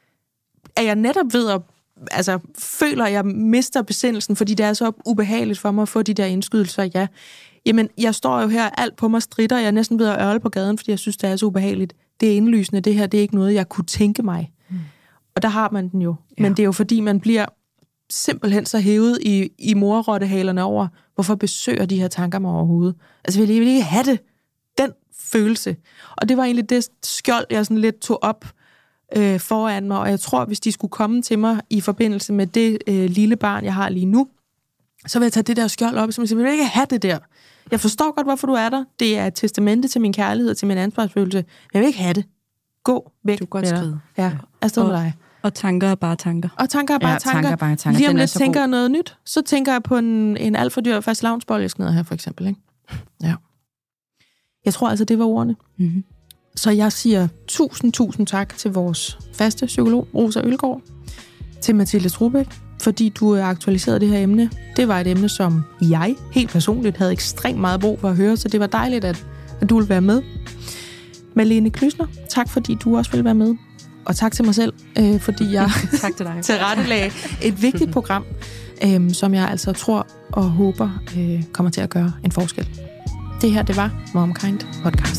Er jeg netop ved at, altså, føler jeg mister besindelsen, fordi det er så ubehageligt for mig at få de der indskydelser? Ja. Jamen, jeg står jo her, alt på mig stritter, jeg er næsten ved at ørle på gaden, fordi jeg synes, det er så ubehageligt. Det er indlysende, det her, det er ikke noget, jeg kunne tænke mig. Mm. Og der har man den jo. Ja. Men det er jo fordi, man bliver simpelthen så hævet i, i morrottehalerne over, hvorfor besøger de her tanker mig overhovedet? Altså, vil jeg vil ikke have det. Den følelse. Og det var egentlig det skjold, jeg sådan lidt tog op øh, foran mig. Og jeg tror, hvis de skulle komme til mig i forbindelse med det øh, lille barn, jeg har lige nu, så vil jeg tage det der skjold op, og så vil jeg ikke have det der. Jeg forstår godt, hvorfor du er der. Det er et testamente til min kærlighed og til min ansvarsfølelse. Men jeg vil ikke have det. Gå væk. Du kan godt skride. Ja, afsted med dig. Og tanker er bare tanker. Og tanker er bare ja, tanker. tanker, bare tanker. Lige om lidt tænker jeg noget nyt, så tænker jeg på en, en alt for dyr fast lavnsbold, jeg skal ned her, for eksempel. Ikke? Ja. Jeg tror altså, det var ordene. Mm-hmm. Så jeg siger tusind, tusind tak til vores faste psykolog, Rosa Ølgaard, til Mathilde Trubæk, fordi du aktualiserede det her emne. Det var et emne, som jeg helt personligt havde ekstremt meget brug for at høre, så det var dejligt, at, at du ville være med. Malene Klysner, tak fordi du også ville være med. Og tak til mig selv, øh, fordi jeg tak til dig. tilrettelagde et vigtigt program, øh, som jeg altså tror og håber øh, kommer til at gøre en forskel. Det her, det var Momkind Podcast.